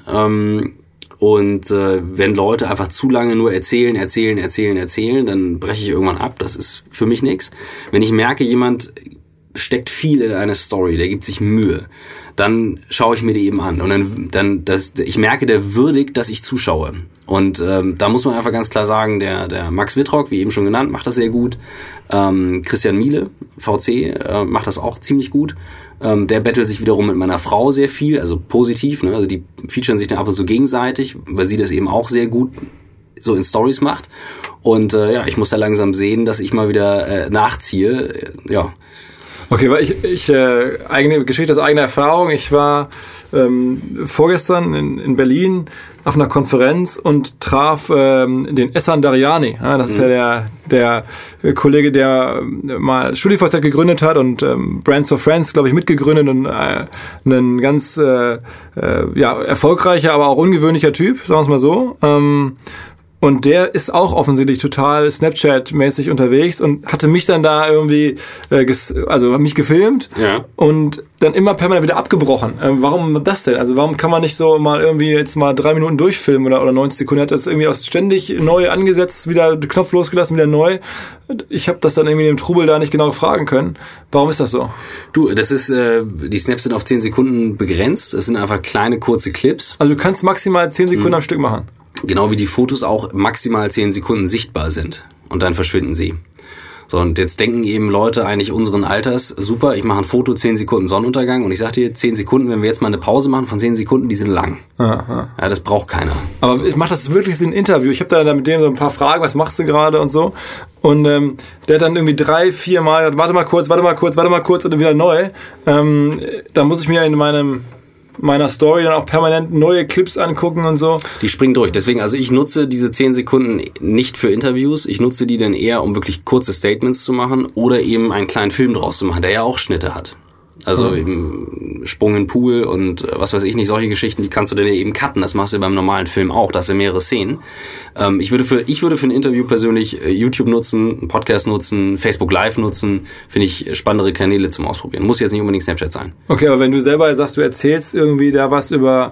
C: Und wenn Leute einfach zu lange nur erzählen, dann breche ich irgendwann ab. Das ist für mich nichts. Wenn ich merke, jemand steckt viel in eine Story, der gibt sich Mühe, dann schaue ich mir die eben an. Und ich merke, der würdigt, dass ich zuschaue. Und da muss man einfach ganz klar sagen, der Max Wittrock, wie eben schon genannt, macht das sehr gut. Christian Miele, VC, macht das auch ziemlich gut. Der battelt sich wiederum mit meiner Frau sehr viel, also positiv, ne? Also die featuren sich dann ab und zu gegenseitig, weil sie das eben auch sehr gut so in Stories macht. Und ich muss da langsam sehen, dass ich mal wieder nachziehe. Ja.
A: Okay, weil ich eigene Geschichte aus eigener Erfahrung. Ich war vorgestern in Berlin auf einer Konferenz und traf den Ehsan Dariani. Ja, das ist ja der Kollege, der mal StudiVZ gegründet hat und Brands for Friends, glaube ich, mitgegründet und ein ganz erfolgreicher, aber auch ungewöhnlicher Typ, sagen wir es mal so. Und der ist auch offensichtlich total Snapchat-mäßig unterwegs und hatte mich dann da irgendwie, mich gefilmt und dann immer permanent wieder abgebrochen. Warum das denn? Also warum kann man nicht so mal irgendwie jetzt mal 3 Minuten durchfilmen oder 90 Sekunden? Er hat das irgendwie ständig neu angesetzt, wieder den Knopf losgelassen, wieder neu. Ich habe das dann irgendwie im Trubel da nicht genau fragen können. Warum ist das so?
C: Du, das ist, die Snaps sind auf 10 Sekunden begrenzt. Das sind einfach kleine, kurze Clips.
A: Also du kannst maximal 10 Sekunden am Stück machen.
C: Genau wie die Fotos auch maximal 10 Sekunden sichtbar sind. Und dann verschwinden sie. So, und jetzt denken eben Leute eigentlich unseren Alters, super, ich mache ein Foto, 10 Sekunden Sonnenuntergang. Und ich sag dir, 10 Sekunden, wenn wir jetzt mal eine Pause machen von 10 Sekunden, die sind lang. Aha. Ja, das braucht keiner.
A: Aber macht das wirklich so ein Interview? Ich habe da mit dem so ein paar Fragen, was machst du gerade und so. Und der hat dann irgendwie 3-4 Mal, warte mal kurz und dann wieder neu. Da muss ich mir in meinem meiner Story dann auch permanent neue Clips angucken und so.
C: Die springen durch. Deswegen, also ich nutze diese 10 Sekunden nicht für Interviews. Ich nutze die dann eher, um wirklich kurze Statements zu machen oder eben einen kleinen Film draus zu machen, der ja auch Schnitte hat. Also eben Sprung in den Pool und was weiß ich nicht, solche Geschichten, die kannst du dann eben cutten. Das machst du beim normalen Film auch, das sind mehrere Szenen. Ich würde für ein Interview persönlich YouTube nutzen, einen Podcast nutzen, Facebook Live nutzen, finde ich spannendere Kanäle zum Ausprobieren. Muss jetzt nicht unbedingt Snapchat sein.
A: Okay, aber wenn du selber sagst, du erzählst irgendwie da was über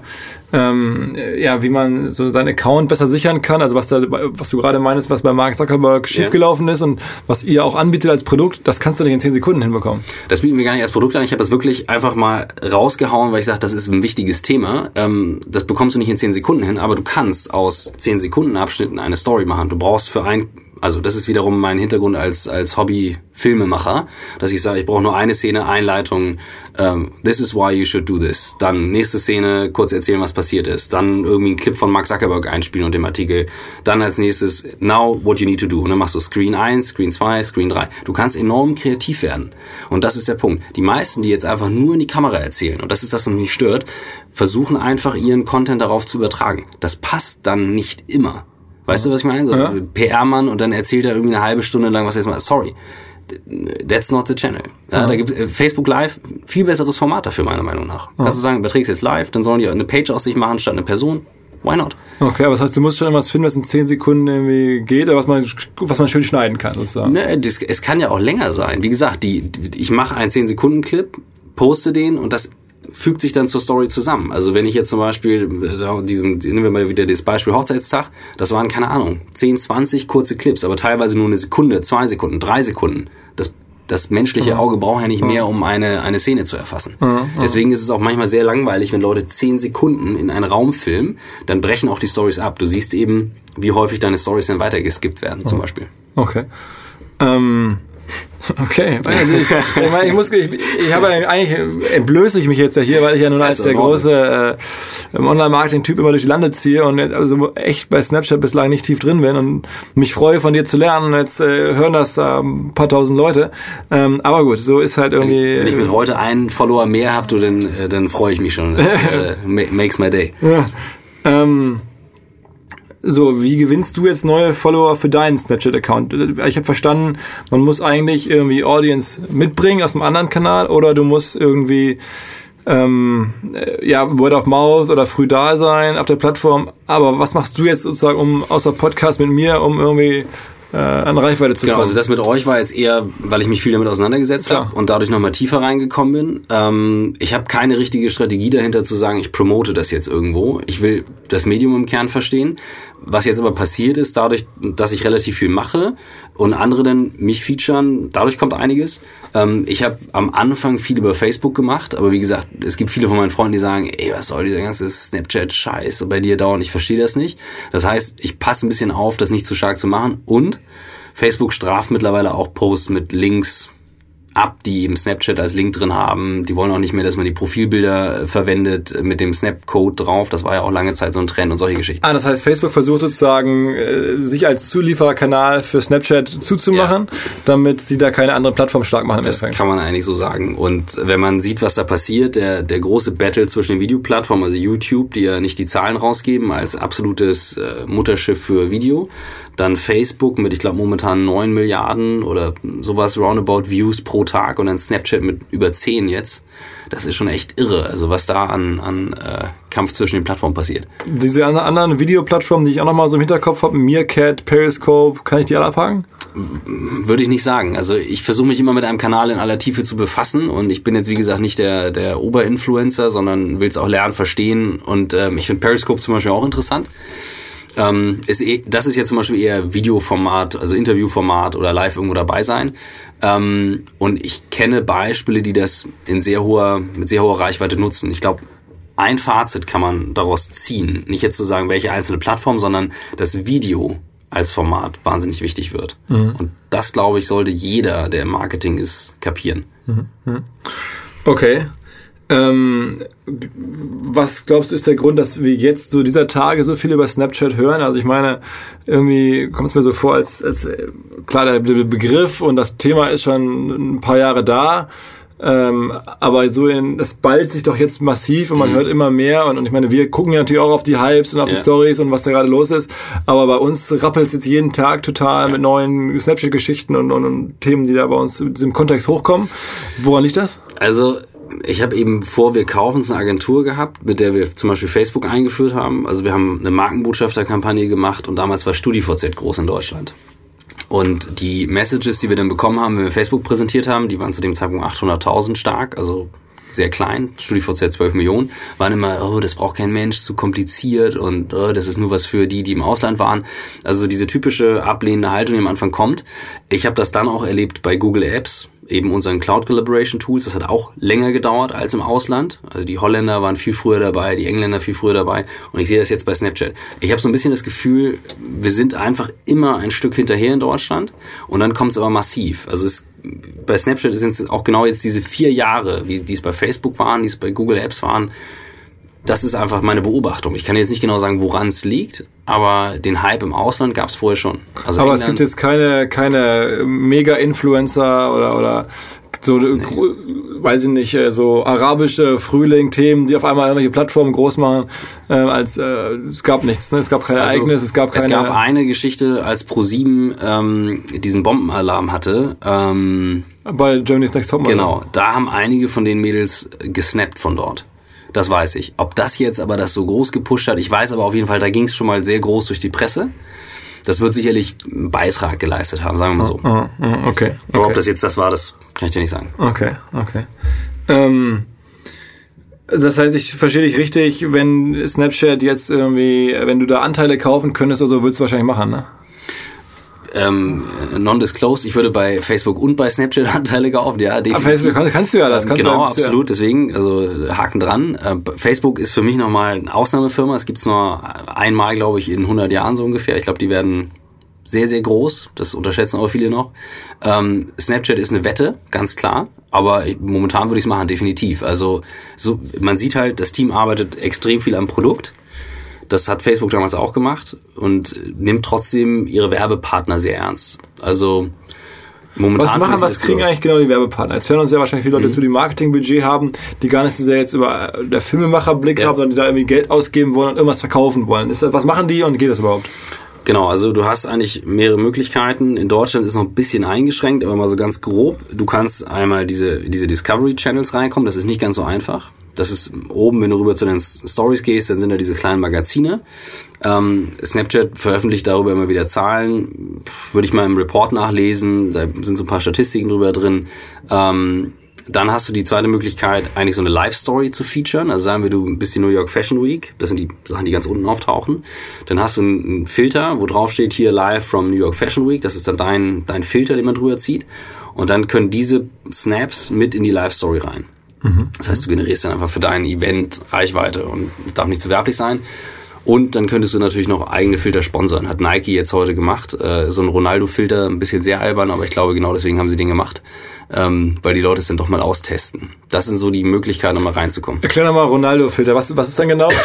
A: wie man so seinen Account besser sichern kann, also was du gerade meinst, was bei Mark Zuckerberg schiefgelaufen ist und was ihr auch anbietet als Produkt, das kannst du nicht in 10 Sekunden hinbekommen.
C: Das bieten wir gar nicht als Produkt an. Ich habe das wirklich einfach mal rausgehauen, weil ich sage, das ist ein wichtiges Thema. Das bekommst du nicht in 10 Sekunden hin, aber du kannst aus 10 Sekunden Abschnitten eine Story machen. Du brauchst also das ist wiederum mein Hintergrund als Hobby-Filmemacher, dass ich sage, ich brauche nur eine Szene, Einleitung, this is why you should do this. Dann nächste Szene, kurz erzählen, was passiert ist. Dann irgendwie einen Clip von Mark Zuckerberg einspielen und dem Artikel. Dann als nächstes, now what you need to do. Und dann machst du Screen 1, Screen 2, Screen 3. Du kannst enorm kreativ werden. Und das ist der Punkt. Die meisten, die jetzt einfach nur in die Kamera erzählen, und das ist das, was mich stört, versuchen einfach ihren Content darauf zu übertragen. Das passt dann nicht immer. Weißt du, was ich meine? So, PR-Mann und dann erzählt er irgendwie eine halbe Stunde lang, was jetzt mal, sorry, that's not the channel. Ja, da gibt Facebook Live viel besseres Format dafür, meiner Meinung nach. Kannst du sagen, überträgst jetzt live, dann sollen die eine Page aus sich machen statt eine Person. Why not?
A: Okay, aber das heißt, du musst schon irgendwas finden, was in 10 Sekunden irgendwie geht, oder was man schön schneiden kann, sozusagen.
C: Ne, es kann ja auch länger sein. Wie gesagt, ich mache einen 10-Sekunden-Clip, poste den und das fügt sich dann zur Story zusammen. Also wenn ich jetzt zum Beispiel, nehmen wir mal wieder das Beispiel Hochzeitstag, das waren, keine Ahnung, 10, 20 kurze Clips, aber teilweise nur eine Sekunde, 2 Sekunden, 3 Sekunden. Das menschliche Auge braucht ja nicht mehr, um eine Szene zu erfassen. Deswegen ist es auch manchmal sehr langweilig, wenn Leute 10 Sekunden in einen Raum filmen, dann brechen auch die Stories ab. Du siehst eben, wie häufig deine Stories dann weitergeskippt werden, zum Beispiel.
A: Okay. Okay, also eigentlich entblöße ich mich jetzt ja hier, weil ich ja nun als der große Online-Marketing-Typ immer durch die Lande ziehe und also echt bei Snapchat bislang nicht tief drin bin und mich freue, von dir zu lernen. Und jetzt hören das ein paar tausend Leute. Aber gut, so ist halt irgendwie...
C: Wenn ich mit heute einen Follower mehr habe, dann freue ich mich schon. Das makes my day.
A: Ja. So, wie gewinnst du jetzt neue Follower für deinen Snapchat-Account? Ich habe verstanden, man muss eigentlich irgendwie Audience mitbringen aus einem anderen Kanal oder du musst irgendwie Word of Mouth oder früh da sein auf der Plattform. Aber was machst du jetzt sozusagen, außer Podcast mit mir, um irgendwie an Reichweite zu kommen?
C: Genau, also das mit euch war jetzt eher, weil ich mich viel damit auseinandergesetzt habe und dadurch nochmal tiefer reingekommen bin. Ich habe keine richtige Strategie dahinter zu sagen, ich promote das jetzt irgendwo. Ich will das Medium im Kern verstehen. Was jetzt aber passiert ist, dadurch, dass ich relativ viel mache und andere dann mich featuren, dadurch kommt einiges. Ich habe am Anfang viel über Facebook gemacht, aber wie gesagt, es gibt viele von meinen Freunden, die sagen, ey, was soll dieser ganze Snapchat-Scheiß bei dir dauern? Ich verstehe das nicht. Das heißt, ich passe ein bisschen auf, das nicht zu stark zu machen und Facebook straft mittlerweile auch Posts mit Links ab, die eben Snapchat als Link drin haben. Die wollen auch nicht mehr, dass man die Profilbilder verwendet mit dem Snap-Code drauf. Das war ja auch lange Zeit so ein Trend und solche Geschichten.
A: Das heißt, Facebook versucht sozusagen, sich als Zuliefererkanal für Snapchat zuzumachen, damit sie da keine andere Plattform stark machen.
C: Das kann man eigentlich so sagen. Und wenn man sieht, was da passiert, der große Battle zwischen den Videoplattformen, also YouTube, die ja nicht die Zahlen rausgeben, als absolutes Mutterschiff für Video, dann Facebook mit, ich glaube, momentan 9 Milliarden oder sowas roundabout Views pro Tag und dann Snapchat mit über 10 jetzt. Das ist schon echt irre, also was da an Kampf zwischen den Plattformen passiert.
A: Diese anderen Videoplattformen, die ich auch nochmal so im Hinterkopf habe, Meerkat, Periscope, kann ich die alle abhaken?
C: Würde ich nicht sagen. Also ich versuche mich immer mit einem Kanal in aller Tiefe zu befassen und ich bin jetzt, wie gesagt, nicht der Oberinfluencer, sondern will es auch lernen, verstehen und ich finde Periscope zum Beispiel auch interessant. Das ist jetzt zum Beispiel eher Videoformat, also Interviewformat oder live irgendwo dabei sein. Und ich kenne Beispiele, die das mit sehr hoher Reichweite nutzen. Ich glaube, ein Fazit kann man daraus ziehen. Nicht jetzt zu sagen, welche einzelne Plattform, sondern das Video als Format wahnsinnig wichtig wird. Mhm. Und das, glaube ich, sollte jeder, der im Marketing ist, kapieren.
A: Mhm. Okay. Was glaubst du ist der Grund, dass wir jetzt so dieser Tage so viel über Snapchat hören? Also ich meine, irgendwie kommt es mir so vor, als klar, der Begriff und das Thema ist schon ein paar Jahre da. Aber das ballt sich doch jetzt massiv und man hört immer mehr und ich meine, wir gucken ja natürlich auch auf die Hypes und auf die Stories und was da gerade los ist, aber bei uns rappelt es jetzt jeden Tag total mit neuen Snapchat-Geschichten und Themen, die da bei uns in diesem Kontext hochkommen. Woran liegt das?
C: Also ich habe eben wir kaufen eine Agentur gehabt, mit der wir zum Beispiel Facebook eingeführt haben. Also wir haben eine Markenbotschafterkampagne gemacht und damals war StudiVZ groß in Deutschland. Und die Messages, die wir dann bekommen haben, wenn wir Facebook präsentiert haben, die waren zu dem Zeitpunkt 800.000 stark, also sehr klein, StudiVZ 12 Millionen, waren immer, das braucht kein Mensch, zu kompliziert und das ist nur was für die im Ausland waren. Also diese typische ablehnende Haltung, die am Anfang kommt. Ich habe das dann auch erlebt bei Google Apps, eben unseren Cloud Collaboration Tools. Das hat auch länger gedauert als im Ausland. Also die Holländer waren viel früher dabei, die Engländer viel früher dabei und ich sehe das jetzt bei Snapchat. Ich habe so ein bisschen das Gefühl, wir sind einfach immer ein Stück hinterher in Deutschland und dann kommt es aber massiv. Also bei Snapchat sind es auch genau jetzt diese 4 Jahre, wie die es bei Facebook waren, die es bei Google Apps waren. Das ist einfach meine Beobachtung. Ich kann jetzt nicht genau sagen, woran es liegt, aber den Hype im Ausland gab es vorher schon. Also
A: aber es gibt jetzt keine Mega-Influencer oder so, weiß ich nicht, so arabische Frühling-Themen, die auf einmal irgendwelche Plattformen groß machen, es gab nichts, ne? Es gab kein Ereignis, es gab
C: eine Geschichte, als Pro7 diesen Bombenalarm hatte.
A: Bei Germany's Next Topmodel.
C: Genau, da haben einige von den Mädels gesnappt von dort. Das weiß ich. Ob das jetzt aber das so groß gepusht hat, ich weiß aber auf jeden Fall, da ging es schon mal sehr groß durch die Presse. Das wird sicherlich einen Beitrag geleistet haben, sagen wir mal so.
A: Okay.
C: Aber ob das jetzt das war, das kann ich dir nicht sagen.
A: Okay. Das heißt, ich verstehe dich richtig, wenn Snapchat jetzt irgendwie, wenn du da Anteile kaufen könntest oder so, würdest du wahrscheinlich machen, ne?
C: Non-disclosed. Ich würde bei Facebook und bei Snapchat Anteile kaufen, ja.
A: Aber Facebook kannst du ja, das kannst
C: genau, absolut. Deswegen, also Haken dran. Facebook ist für mich nochmal eine Ausnahmefirma. Es gibt's nur einmal, glaube ich, in 100 Jahren so ungefähr. Ich glaube, die werden sehr, sehr groß. Das unterschätzen auch viele noch. Snapchat ist eine Wette, ganz klar. Aber momentan würde ich es machen, definitiv. Also man sieht halt, das Team arbeitet extrem viel am Produkt. Das hat Facebook damals auch gemacht und nimmt trotzdem ihre Werbepartner sehr ernst. Also momentan...
A: Was kriegen eigentlich genau die Werbepartner? Jetzt hören uns ja wahrscheinlich viele Leute zu, die Marketingbudget haben, die gar nicht so sehr jetzt über der Filmemacherblick haben, sondern die da irgendwie Geld ausgeben wollen und irgendwas verkaufen wollen. Was machen die und geht das überhaupt?
C: Genau, also du hast eigentlich mehrere Möglichkeiten. In Deutschland ist noch ein bisschen eingeschränkt, aber mal so ganz grob. Du kannst einmal diese Discovery Channels reinkommen, das ist nicht ganz so einfach. Das ist oben, wenn du rüber zu den Stories gehst, dann sind da diese kleinen Magazine. Snapchat veröffentlicht darüber immer wieder Zahlen. Würde ich mal im Report nachlesen. Da sind so ein paar Statistiken drüber drin. Dann hast du die zweite Möglichkeit, eigentlich so eine Live-Story zu featuren. Also sagen wir, du bist die New York Fashion Week. Das sind die Sachen, die ganz unten auftauchen. Dann hast du einen Filter, wo drauf steht, hier live from New York Fashion Week. Das ist dann dein Filter, den man drüber zieht. Und dann können diese Snaps mit in die Live-Story rein. Das heißt, du generierst dann einfach für dein Event Reichweite und darf nicht zu werblich sein. Und dann könntest du natürlich noch eigene Filter sponsern. Hat Nike jetzt heute gemacht. So ein Ronaldo-Filter, ein bisschen sehr albern, aber ich glaube, genau deswegen haben sie den gemacht. Weil die Leute es dann doch mal austesten. Das sind so die Möglichkeiten, um mal reinzukommen.
A: Erklär doch mal Ronaldo-Filter. Was ist dann genau?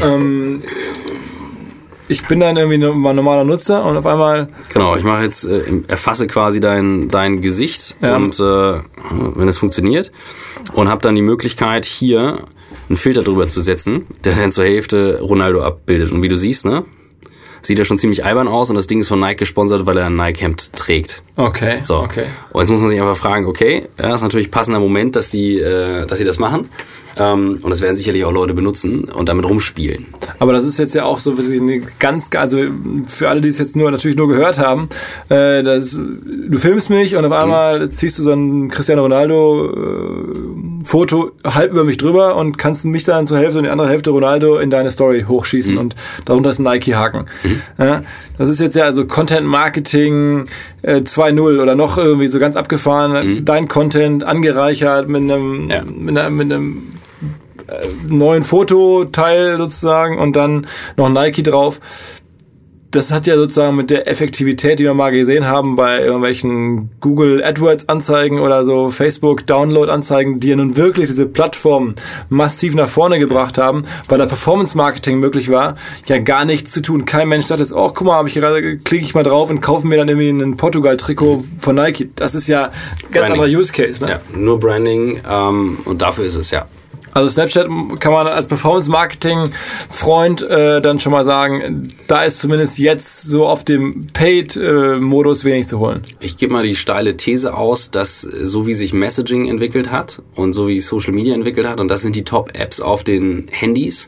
A: Ich bin dann irgendwie ein normaler Nutzer und auf einmal...
C: Genau, ich mache jetzt, erfasse quasi dein Gesicht und wenn es funktioniert und habe dann die Möglichkeit, hier einen Filter drüber zu setzen, der dann zur Hälfte Ronaldo abbildet. Und wie du siehst, ne, sieht er schon ziemlich albern aus und das Ding ist von Nike gesponsert, weil er ein Nike-Hemd trägt.
A: Okay.
C: So. Okay. Und jetzt muss man sich einfach fragen, okay, ist natürlich ein passender Moment, dass sie das machen. Und das werden sicherlich auch Leute benutzen und damit rumspielen.
A: Aber das ist jetzt ja auch so eine also für alle, die es jetzt natürlich nur gehört haben, du filmst mich und auf einmal ziehst du so ein Cristiano Ronaldo Foto halb über mich drüber und kannst mich dann zur Hälfte und die andere Hälfte Ronaldo in deine Story hochschießen und darunter ist ein Nike-Haken. Ja, das ist jetzt ja also Content Marketing 2.0 oder noch irgendwie so ganz abgefahren, dein Content angereichert mit einem neuen Fototeil sozusagen und dann noch Nike drauf. das hat ja sozusagen mit der Effektivität, die wir mal gesehen haben bei irgendwelchen Google AdWords Anzeigen oder so Facebook Download Anzeigen, die ja nun wirklich diese Plattform massiv nach vorne gebracht haben, weil da Performance Marketing möglich war, ja gar nichts zu tun. Kein Mensch sagt jetzt, oh, guck mal, klicke ich mal drauf und kaufe mir dann irgendwie ein Portugal-Trikot von Nike. Das ist ja ein ganz anderer Use Case, ne?
C: Ja, nur Branding und dafür ist es, ja.
A: Also Snapchat kann man als Performance-Marketing-Freund dann schon mal sagen, da ist zumindest jetzt so auf dem Paid-Modus wenig zu holen.
C: Ich gebe mal die steile These aus, dass so wie sich Messaging entwickelt hat und so wie Social Media entwickelt hat, und das sind die Top-Apps auf den Handys,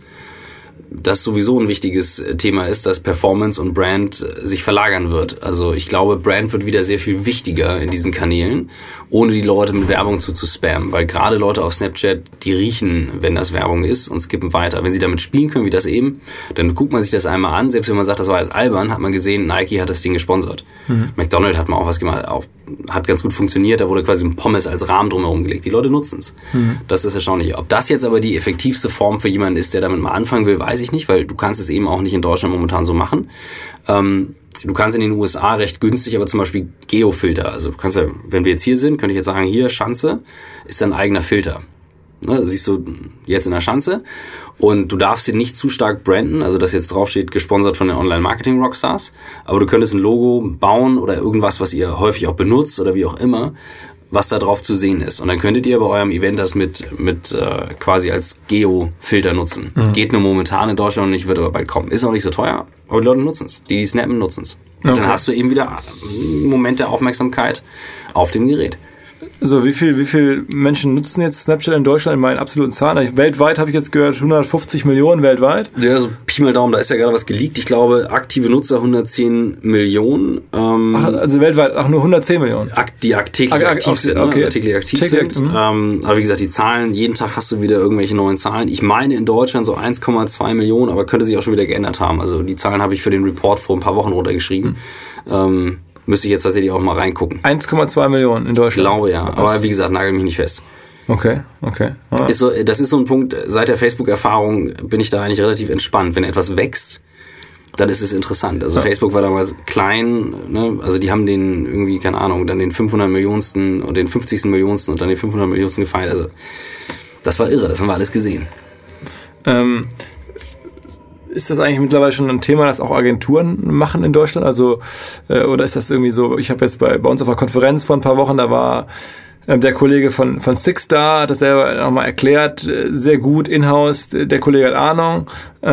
C: das sowieso ein wichtiges Thema ist, dass Performance und Brand sich verlagern wird. Also ich glaube, Brand wird wieder sehr viel wichtiger in diesen Kanälen, ohne die Leute mit Werbung zu spammen. Weil gerade Leute auf Snapchat, die riechen, wenn das Werbung ist und skippen weiter. Wenn sie damit spielen können, wie das eben, dann guckt man sich das einmal an. Selbst wenn man sagt, das war jetzt albern, hat man gesehen, Nike hat das Ding gesponsert. McDonald's hat mal auch was gemacht, hat ganz gut funktioniert. Da wurde quasi ein Pommes als Rahmen drumherum gelegt. Die Leute nutzen es. Das ist erstaunlich. Ob das jetzt aber die effektivste Form für jemanden ist, der damit mal anfangen will, weiß ich nicht, weil du kannst es eben auch nicht in Deutschland momentan so machen. Du kannst in den USA recht günstig, aber zum Beispiel Geofilter. Also du kannst ja, wenn wir jetzt hier sind, könnte ich jetzt sagen, hier Schanze ist ein eigener Filter. Ne, das siehst du jetzt in der Schanze. Und du darfst den nicht zu stark branden, also dass jetzt draufsteht, gesponsert von den Online-Marketing-Rockstars. Aber du könntest ein Logo bauen oder irgendwas, was ihr häufig auch benutzt oder wie auch immer, was da drauf zu sehen ist. Und dann könntet ihr bei eurem Event das mit quasi als Geo-Filter nutzen. Geht nur momentan in Deutschland noch nicht, wird aber bald kommen. Ist auch nicht so teuer, aber die Leute nutzen es. Die snappen, nutzen es. Und dann hast du eben wieder einen Moment der Aufmerksamkeit auf dem Gerät.
A: So, wie viel Menschen nutzen jetzt Snapchat in Deutschland in meinen absoluten Zahlen? Weltweit habe ich jetzt gehört, 150 Millionen weltweit.
C: Ja, so Pi mal Daumen, da ist ja gerade was geleakt. Ich glaube, aktive Nutzer 110 Millionen.
A: Also weltweit, nur 110 Millionen?
C: Die täglich aktiv sind. Okay. Täglich aktiv sind. Aber wie gesagt, die Zahlen, jeden Tag hast du wieder irgendwelche neuen Zahlen. Ich meine in Deutschland so 1,2 Millionen, aber könnte sich auch schon wieder geändert haben. Also die Zahlen habe ich für den Report vor ein paar Wochen runtergeschrieben. Müsste ich jetzt tatsächlich auch mal reingucken.
A: 1,2 Millionen in Deutschland?
C: Ich glaube, ja. Aber wie gesagt, nagel mich nicht fest.
A: Okay. Ah.
C: Das ist so ein Punkt, seit der Facebook-Erfahrung bin ich da eigentlich relativ entspannt. Wenn etwas wächst, dann ist es interessant. Also Facebook war damals klein, ne? Also die haben den irgendwie, keine Ahnung, dann den 500 Millionensten und den 50. Millionensten und dann den 500 Millionensten gefeiert. Also das war irre, das haben wir alles gesehen.
A: Ist das eigentlich mittlerweile schon ein Thema, das auch Agenturen machen in Deutschland? Also, oder ist das irgendwie so, ich habe jetzt bei uns auf einer Konferenz vor ein paar Wochen, da war der Kollege von Sixstar, hat das selber nochmal erklärt, sehr gut, in-house, der Kollege hat Ahnung.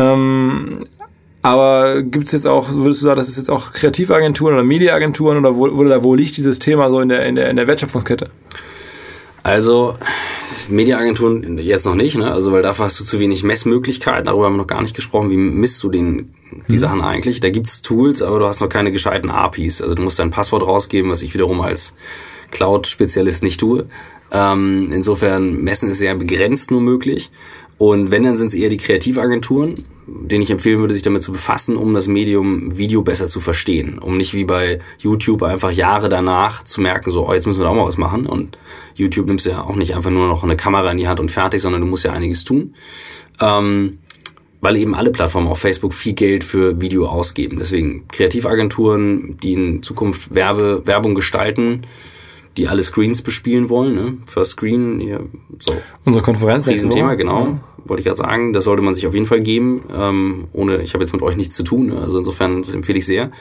A: Aber gibt es jetzt auch, würdest du sagen, das ist jetzt auch Kreativagenturen oder Mediaagenturen oder wo liegt dieses Thema so in der Wertschöpfungskette?
C: Also Mediaagenturen jetzt noch nicht, ne? Also weil dafür hast du zu wenig Messmöglichkeiten, darüber haben wir noch gar nicht gesprochen, wie misst du die Sachen eigentlich? Da gibt's Tools, aber du hast noch keine gescheiten APIs, also du musst dein Passwort rausgeben, was ich wiederum als Cloud-Spezialist nicht tue. Insofern Messen ist sehr begrenzt nur möglich. Und wenn, dann sind es eher die Kreativagenturen, denen ich empfehlen würde, sich damit zu befassen, um das Medium Video besser zu verstehen. Um nicht wie bei YouTube einfach Jahre danach zu merken, so, oh, jetzt müssen wir da auch mal was machen. Und YouTube nimmst du ja auch nicht einfach nur noch eine Kamera in die Hand und fertig, sondern du musst ja einiges tun. Weil eben alle Plattformen auf Facebook viel Geld für Video ausgeben. Deswegen Kreativagenturen, die in Zukunft Werbung gestalten, die alle Screens bespielen wollen, ne? First Screen, hier, so.
A: Unsere Konferenz.
C: Riesenthema, genau. Wollte ich gerade sagen. Das sollte man sich auf jeden Fall geben. Ich habe jetzt mit euch nichts zu tun, ne? Also insofern, das empfehle ich sehr.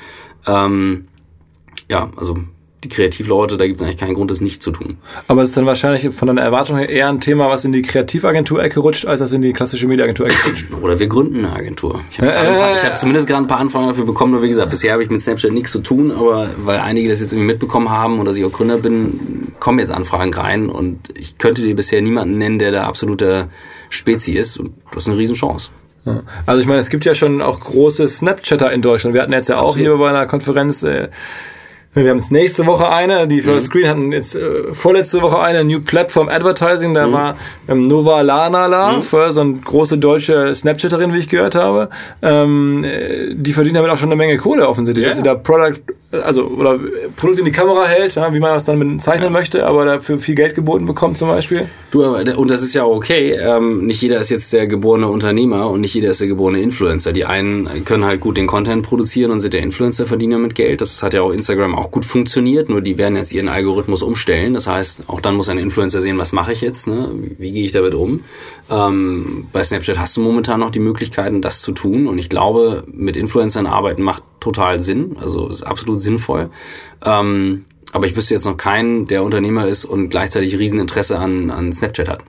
C: Also die Kreativleute, da gibt es eigentlich keinen Grund, das nicht zu tun.
A: Aber es ist dann wahrscheinlich von deiner Erwartung her eher ein Thema, was in die Kreativagentur-Ecke rutscht, als das in die klassische Mediaagentur-Ecke rutscht.
C: Oder wir gründen eine Agentur. Ich habe zumindest gerade ein paar Anfragen dafür bekommen, nur wie gesagt, bisher habe ich mit Snapchat nichts zu tun, aber weil einige das jetzt irgendwie mitbekommen haben oder ich auch Gründer bin, kommen jetzt Anfragen rein und ich könnte dir bisher niemanden nennen, der da absoluter Spezi ist und das ist eine Riesenchance.
A: Ja. Also ich meine, es gibt ja schon auch große Snapchatter in Deutschland. Wir hatten jetzt ja auch hier bei einer Konferenz Wir haben jetzt nächste Woche eine, die First Screen hatten jetzt vorletzte Woche eine New Platform Advertising, da war Nova Lana so eine große deutsche Snapchatterin, wie ich gehört habe. Die verdient damit auch schon eine Menge Kohle offensichtlich, dass sie da Produkt in die Kamera hält, wie man das dann zeichnen möchte, aber dafür viel Geld geboten bekommt zum Beispiel.
C: Und das ist ja okay, nicht jeder ist jetzt der geborene Unternehmer und nicht jeder ist der geborene Influencer. Die einen können halt gut den Content produzieren und sind der Influencer-Verdiener mit Geld. Das hat ja auch Instagram auch gut funktioniert, nur die werden jetzt ihren Algorithmus umstellen. Das heißt, auch dann muss ein Influencer sehen, was mache ich jetzt, ne? Wie gehe ich damit um? Bei Snapchat hast du momentan noch die Möglichkeiten, das zu tun, und ich glaube, mit Influencern arbeiten macht total Sinn, also ist absolut sinnvoll. Aber ich wüsste jetzt noch keinen, der Unternehmer ist und gleichzeitig Rieseninteresse an Snapchat hat.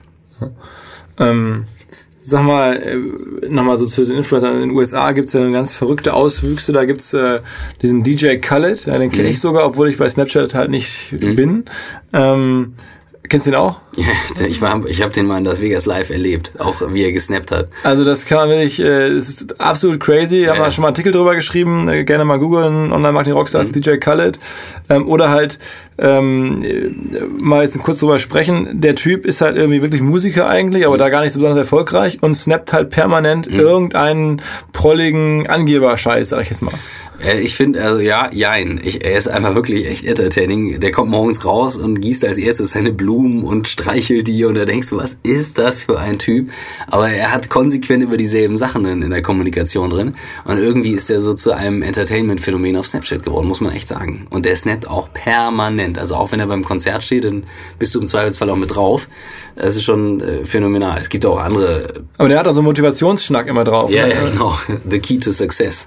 A: Sag mal, nochmal so zu den Influencern. In den USA gibt's ja eine ganz verrückte Auswüchse. Da gibt's diesen DJ Khaled, den kenne ich sogar, obwohl ich bei Snapchat halt nicht bin. Kennst du den auch?
C: Ja, ich habe den mal in Las Vegas live erlebt, auch wie er gesnappt hat.
A: Also das kann man wirklich, das ist absolut crazy. Ich habe da schon mal einen Artikel drüber geschrieben, gerne mal googeln, Online-Marketing-Rockstars, DJ Khaled. Oder halt mal jetzt kurz drüber sprechen. Der Typ ist halt irgendwie wirklich Musiker eigentlich, aber da gar nicht so besonders erfolgreich und snappt halt permanent irgendeinen prolligen Angeber-Scheiß, sag ich jetzt mal.
C: Ich finde, er ist einfach wirklich echt entertaining. Der kommt morgens raus und gießt als erstes seine Blumen und streichelt die, und da denkst du, was ist das für ein Typ? Aber er hat konsequent über dieselben Sachen in der Kommunikation drin, und irgendwie ist er so zu einem Entertainment-Phänomen auf Snapchat geworden, muss man echt sagen. Und der snappt auch permanent. Also auch wenn er beim Konzert steht, dann bist du im Zweifelsfall auch mit drauf. Das ist schon phänomenal. Es gibt auch andere...
A: Aber der hat auch so einen Motivationsschnack immer drauf.
C: Ja, genau. The key to success.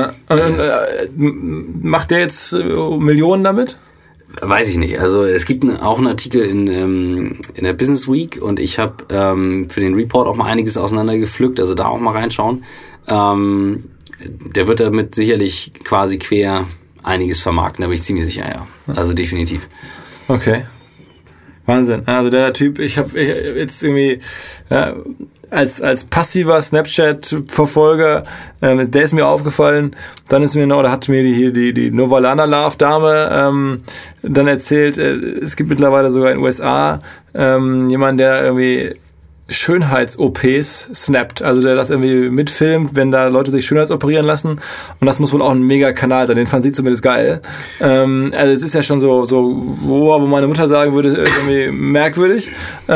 A: Macht der jetzt Millionen damit?
C: Weiß ich nicht. Also es gibt auch einen Artikel in der Business Week, und ich habe für den Report auch mal einiges auseinandergepflückt, also da auch mal reinschauen. Der wird damit sicherlich quasi quer einiges vermarkten, da bin ich ziemlich sicher, ja. Also definitiv.
A: Okay. Wahnsinn. Also der Typ, ich habe jetzt irgendwie... als passiver Snapchat-Verfolger, der ist mir aufgefallen. Dann ist mir noch, oder hat mir die Novalana Love Dame dann erzählt, es gibt mittlerweile sogar in den USA jemanden, der irgendwie Schönheits-OPs snappt, also der das irgendwie mitfilmt, wenn da Leute sich Schönheitsoperieren lassen, und das muss wohl auch ein mega Kanal sein, den fand sie zumindest geil. Also es ist ja schon so wo meine Mutter sagen würde, irgendwie merkwürdig.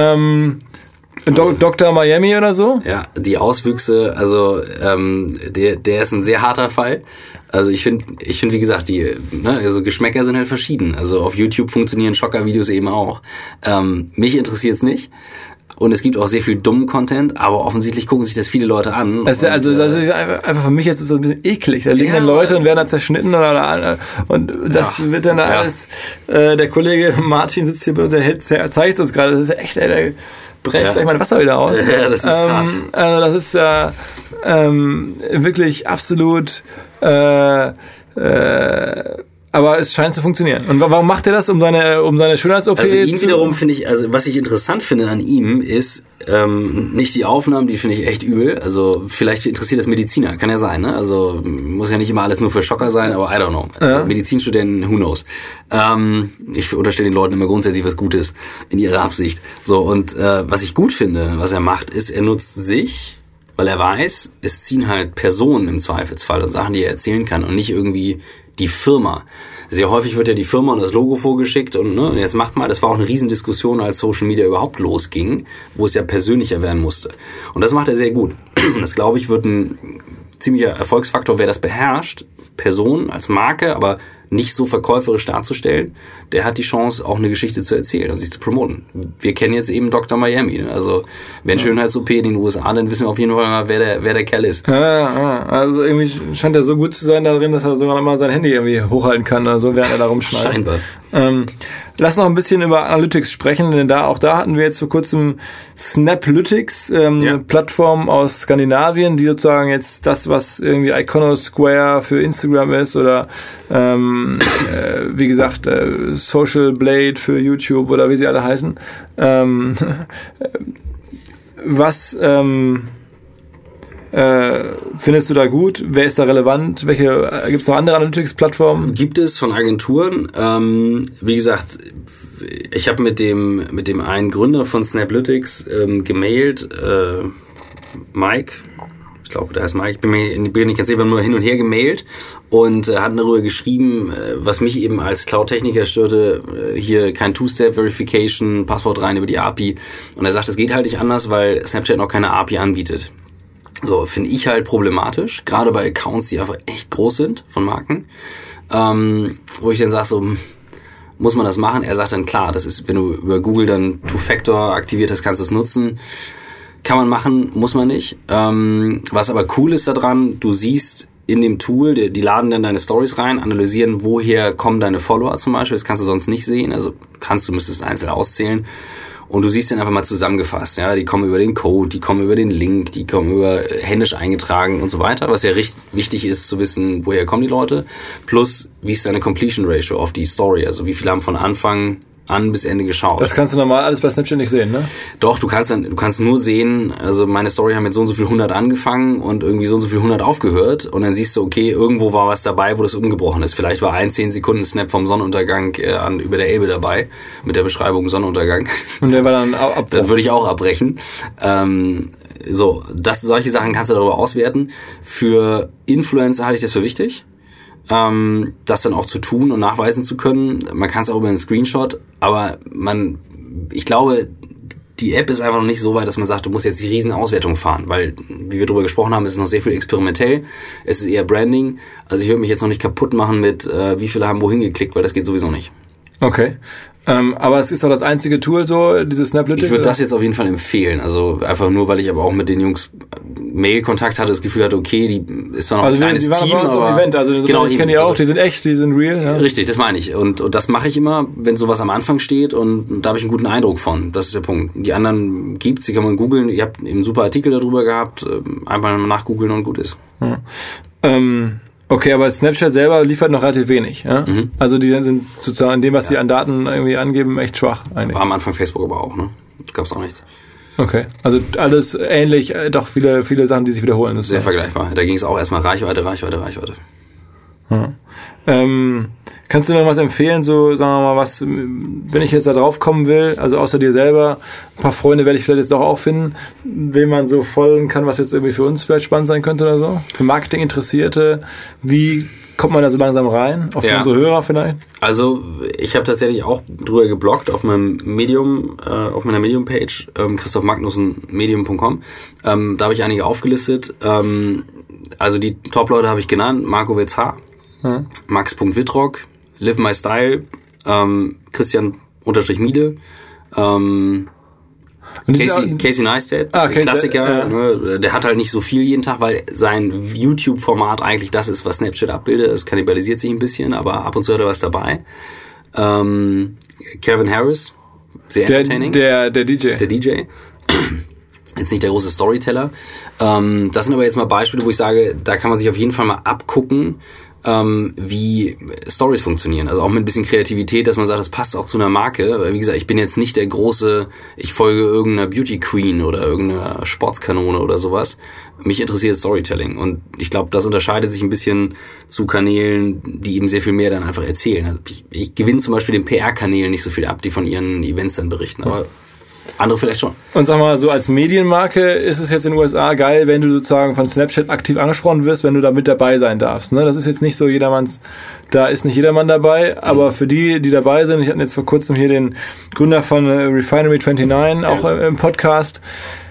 A: Dr. Miami oder so?
C: Ja, die Auswüchse, also der ist ein sehr harter Fall. Also ich finde, wie gesagt, also Geschmäcker sind halt verschieden. Also auf YouTube funktionieren Schocker-Videos eben auch. Mich interessiert's nicht. Und es gibt auch sehr viel dummen Content, aber offensichtlich gucken sich das viele Leute an.
A: Das ist einfach für mich jetzt ist das ein bisschen eklig. Da liegen dann Leute und werden da zerschnitten und das wird dann alles. Der Kollege Martin sitzt hier und der zeigt uns gerade. Das ist echt, der brecht gleich mein Wasser wieder aus.
C: Ja, das ist hart.
A: Also das ist wirklich absolut. Aber es scheint zu funktionieren. Und warum macht er das? Um seine Schönheits-OP?
C: Also ihn wiederum finde ich, also was ich interessant finde an ihm ist, nicht die Aufnahmen, die finde ich echt übel. Also vielleicht interessiert das Mediziner, kann ja sein, ne? Also muss ja nicht immer alles nur für Schocker sein, aber I don't know. Also, Medizinstudenten, who knows? Ich unterstelle den Leuten immer grundsätzlich was Gutes in ihrer Absicht. So, und was ich gut finde, was er macht, ist, er nutzt sich, weil er weiß, es ziehen halt Personen im Zweifelsfall und Sachen, die er erzählen kann, und nicht irgendwie die Firma. Sehr häufig wird ja die Firma und das Logo vorgeschickt und jetzt macht mal, das war auch eine Riesendiskussion, als Social Media überhaupt losging, wo es ja persönlicher werden musste. Und das macht er sehr gut. Das, glaube ich, wird ein ziemlicher Erfolgsfaktor, wer das beherrscht, Person als Marke, aber nicht so verkäuferisch darzustellen, der hat die Chance, auch eine Geschichte zu erzählen und sich zu promoten. Wir kennen jetzt eben Dr. Miami. Ne? Also wenn Schönheits-OP in den USA, dann wissen wir auf jeden Fall mal, wer der Kerl ist.
A: Ja. Also irgendwie scheint er so gut zu sein darin, dass er sogar mal sein Handy irgendwie hochhalten kann oder so, während er da rumschneidet.
C: Scheinbar.
A: Lass noch ein bisschen über Analytics sprechen, denn da hatten wir jetzt vor kurzem Snaplytics, eine Plattform aus Skandinavien, die sozusagen jetzt das, was irgendwie Iconosquare für Instagram ist oder wie gesagt Social Blade für YouTube oder wie sie alle heißen, findest du da gut? Wer ist da relevant? Gibt es noch andere Analytics-Plattformen?
C: Gibt es von Agenturen. Wie gesagt, ich habe mit dem einen Gründer von Snaplytics gemailt, Mike. Ich glaube, der heißt Mike. Ich bin nicht ganz sicher, wir haben nur hin und her gemailt und hatten darüber geschrieben, was mich eben als Cloud-Techniker störte, hier kein Two-Step-Verification, Passwort rein über die API. Und er sagt, es geht halt nicht anders, weil Snapchat noch keine API anbietet. So, finde ich halt problematisch, gerade bei Accounts, die einfach echt groß sind von Marken, wo ich dann sage, so, muss man das machen? Er sagt dann, klar, das ist, wenn du über Google dann Two-Factor aktiviert hast, kannst du es nutzen. Kann man machen, muss man nicht. Was aber cool ist daran, du siehst in dem Tool, die laden dann deine Stories rein, analysieren, woher kommen deine Follower zum Beispiel. Das kannst du sonst nicht sehen. Also müsstest es einzeln auszählen. Und du siehst dann einfach mal zusammengefasst. Ja, die kommen über den Code, die kommen über den Link, die kommen über händisch eingetragen und so weiter. Was ja wichtig ist zu wissen, woher kommen die Leute. Plus, wie ist deine Completion Ratio auf die Story? Also wie viele haben von Anfang an bis Ende geschaut.
A: Das kannst du normal alles bei Snapchat nicht sehen, ne?
C: Doch, du kannst nur sehen, also meine Story haben mit so und so viel 100 angefangen und irgendwie so und so viel 100 aufgehört und dann siehst du, okay, irgendwo war was dabei, wo das umgebrochen ist. Vielleicht war 10 Sekunden Snap vom Sonnenuntergang über der Elbe dabei, mit der Beschreibung Sonnenuntergang.
A: Und der war dann Abbruch.
C: Dann würde ich auch abbrechen. Solche Sachen kannst du darüber auswerten. Für Influencer halte ich das für wichtig. Das dann auch zu tun und nachweisen zu können. Man kann es auch über einen Screenshot, aber ich glaube, die App ist einfach noch nicht so weit, dass man sagt, du musst jetzt die riesen Auswertung fahren, weil, wie wir drüber gesprochen haben, ist es noch sehr viel experimentell. Es ist eher Branding. Also ich würde mich jetzt noch nicht kaputt machen mit, wie viele haben wohin geklickt, weil das geht sowieso nicht.
A: Okay. Aber es ist doch das einzige Tool so, dieses Snaplytics?
C: Ich würde das jetzt auf jeden Fall empfehlen. Also einfach nur, weil ich aber auch mit den Jungs Mail-Kontakt hatte, das Gefühl hatte, okay, die ist zwar noch ein kleines Team, aber... Also die waren bei uns auf Event, also genau,
A: ich kenne die auch, die sind echt, die sind real. Ja.
C: Richtig, das meine ich. Und das mache ich immer, wenn sowas am Anfang steht und da habe ich einen guten Eindruck von. Das ist der Punkt. Die anderen gibt's, die kann man googeln. Ihr habt einen super Artikel darüber gehabt, einfach mal nachgoogeln und gut ist.
A: Ja. Okay, aber Snapchat selber liefert noch relativ wenig. Ja? Mhm. Also die sind sozusagen in dem, was sie an Daten irgendwie angeben, echt schwach eigentlich.
C: War am Anfang Facebook aber auch, ne? Gab's auch nichts.
A: Okay, also alles ähnlich, doch viele Sachen, die sich wiederholen. Das
C: sehr vergleichbar. Da ging es auch erstmal Reichweite.
A: Ja. Kannst du noch was empfehlen, so sagen wir mal, was, wenn ich jetzt da drauf kommen will, also außer dir selber, ein paar Freunde werde ich vielleicht jetzt doch auch finden, wen man so folgen kann, was jetzt irgendwie für uns vielleicht spannend sein könnte oder so? Für Marketing-Interessierte, wie kommt man da so langsam rein? Auch für unsere Hörer vielleicht?
C: Also ich habe tatsächlich auch drüber gebloggt auf meinem Medium, auf meiner Medium-Page, christophmagnussen.medium.com. Da habe ich einige aufgelistet. Also die Top-Leute habe ich genannt, Marco WZ, Max.Wittrock, Live My Style, Christian-Miele, Casey Neistat, Klassiker, der hat halt nicht so viel jeden Tag, weil sein YouTube-Format eigentlich das ist, was Snapchat abbildet. Es kannibalisiert sich ein bisschen, aber ab und zu hat er was dabei. Kevin Harris, sehr entertaining.
A: Der DJ.
C: Der DJ. Jetzt nicht der große Storyteller. Das sind aber jetzt mal Beispiele, wo ich sage, da kann man sich auf jeden Fall mal abgucken, wie Stories funktionieren. Also auch mit ein bisschen Kreativität, dass man sagt, das passt auch zu einer Marke. Wie gesagt, ich bin jetzt nicht der große, ich folge irgendeiner Beauty Queen oder irgendeiner Sportskanone oder sowas. Mich interessiert Storytelling. Und ich glaube, das unterscheidet sich ein bisschen zu Kanälen, die eben sehr viel mehr dann einfach erzählen. Also ich gewinne zum Beispiel den PR-Kanälen nicht so viel ab, die von ihren Events dann berichten. Aber andere vielleicht schon.
A: Und sag mal, so als Medienmarke ist es jetzt in den USA geil, wenn du sozusagen von Snapchat aktiv angesprochen wirst, wenn du da mit dabei sein darfst. Ne? Das ist jetzt nicht so da ist nicht jedermann dabei, aber für die dabei sind, ich hatte jetzt vor kurzem hier den Gründer von Refinery29 auch im Podcast,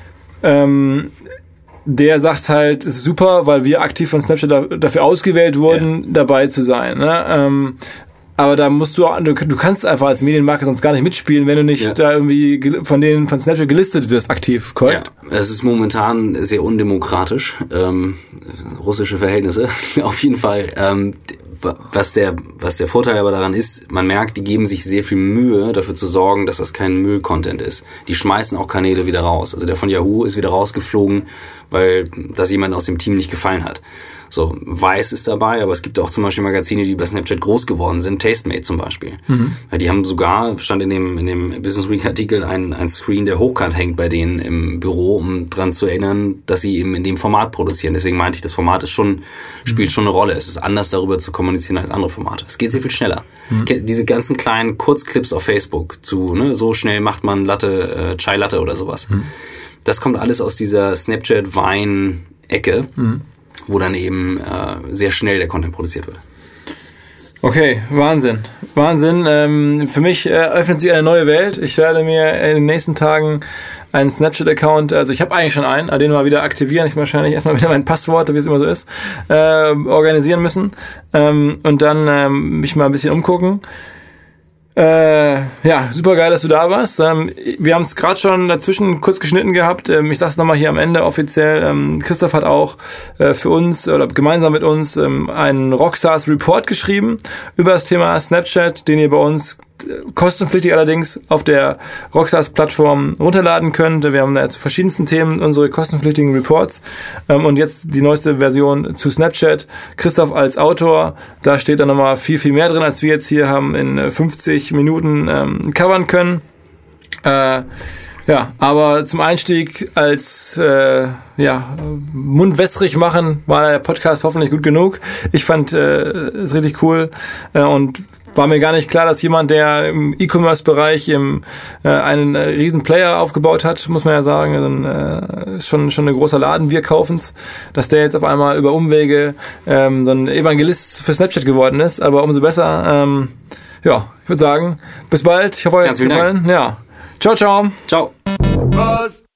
A: der sagt halt, es ist super, weil wir aktiv von Snapchat dafür ausgewählt wurden, dabei zu sein. Ne? Aber da musst du kannst einfach als Medienmarke sonst gar nicht mitspielen, wenn du nicht da irgendwie von Snapchat gelistet wirst, aktiv, korrekt?
C: Ja, es ist momentan sehr undemokratisch, russische Verhältnisse, auf jeden Fall. Was der Vorteil aber daran ist, man merkt, die geben sich sehr viel Mühe, dafür zu sorgen, dass das kein Müll-Content ist. Die schmeißen auch Kanäle wieder raus. Also der von Yahoo ist wieder rausgeflogen, weil das jemand aus dem Team nicht gefallen hat. So, Vice ist dabei, aber es gibt auch zum Beispiel Magazine, die bei Snapchat groß geworden sind, Tastemade zum Beispiel. Ja, die haben sogar, stand in dem Business Week Artikel, ein Screen, der hochkant hängt bei denen im Büro, um dran zu erinnern, dass sie eben in dem Format produzieren. Deswegen meinte ich, das Format ist spielt schon eine Rolle. Es ist anders, darüber zu kommunizieren als andere Formate. Es geht sehr viel schneller. Diese ganzen kleinen Kurzclips auf Facebook zu, ne, so schnell macht man Chai Latte oder sowas. Das kommt alles aus dieser Snapchat-Vine-Ecke, wo dann eben sehr schnell der Content produziert wird.
A: Okay, Wahnsinn. Für mich öffnet sich eine neue Welt. Ich werde mir in den nächsten Tagen einen Snapchat-Account, also ich habe eigentlich schon einen, den mal wieder aktivieren. Ich wahrscheinlich erstmal wieder mein Passwort, wie es immer so ist, organisieren müssen und dann mich mal ein bisschen umgucken. Ja, super geil, dass du da warst. Wir haben es gerade schon dazwischen kurz geschnitten gehabt. Ich sag's nochmal hier am Ende offiziell. Christoph hat auch für uns oder gemeinsam mit uns einen Rockstars Report geschrieben über das Thema Snapchat, den ihr bei uns kostenpflichtig allerdings auf der Rockstars-Plattform runterladen könnt. Wir haben da zu verschiedensten Themen unsere kostenpflichtigen Reports und jetzt die neueste Version zu Snapchat. Christoph als Autor, da steht dann nochmal viel, viel mehr drin, als wir jetzt hier haben in 50 Minuten covern können. Ja, aber zum Einstieg als mundwässrig machen war der Podcast hoffentlich gut genug. Ich fand es richtig cool und war mir gar nicht klar, dass jemand, der im E-Commerce-Bereich einen riesen Player aufgebaut hat, muss man ja sagen, ist schon ein großer Laden, wir kaufen's, dass der jetzt auf einmal über Umwege so ein Evangelist für Snapchat geworden ist, aber umso besser. Ja, ich würde sagen, bis bald. Ich hoffe, euch hat's gefallen. Ja. Ciao, ciao.
C: Ciao.
B: Was?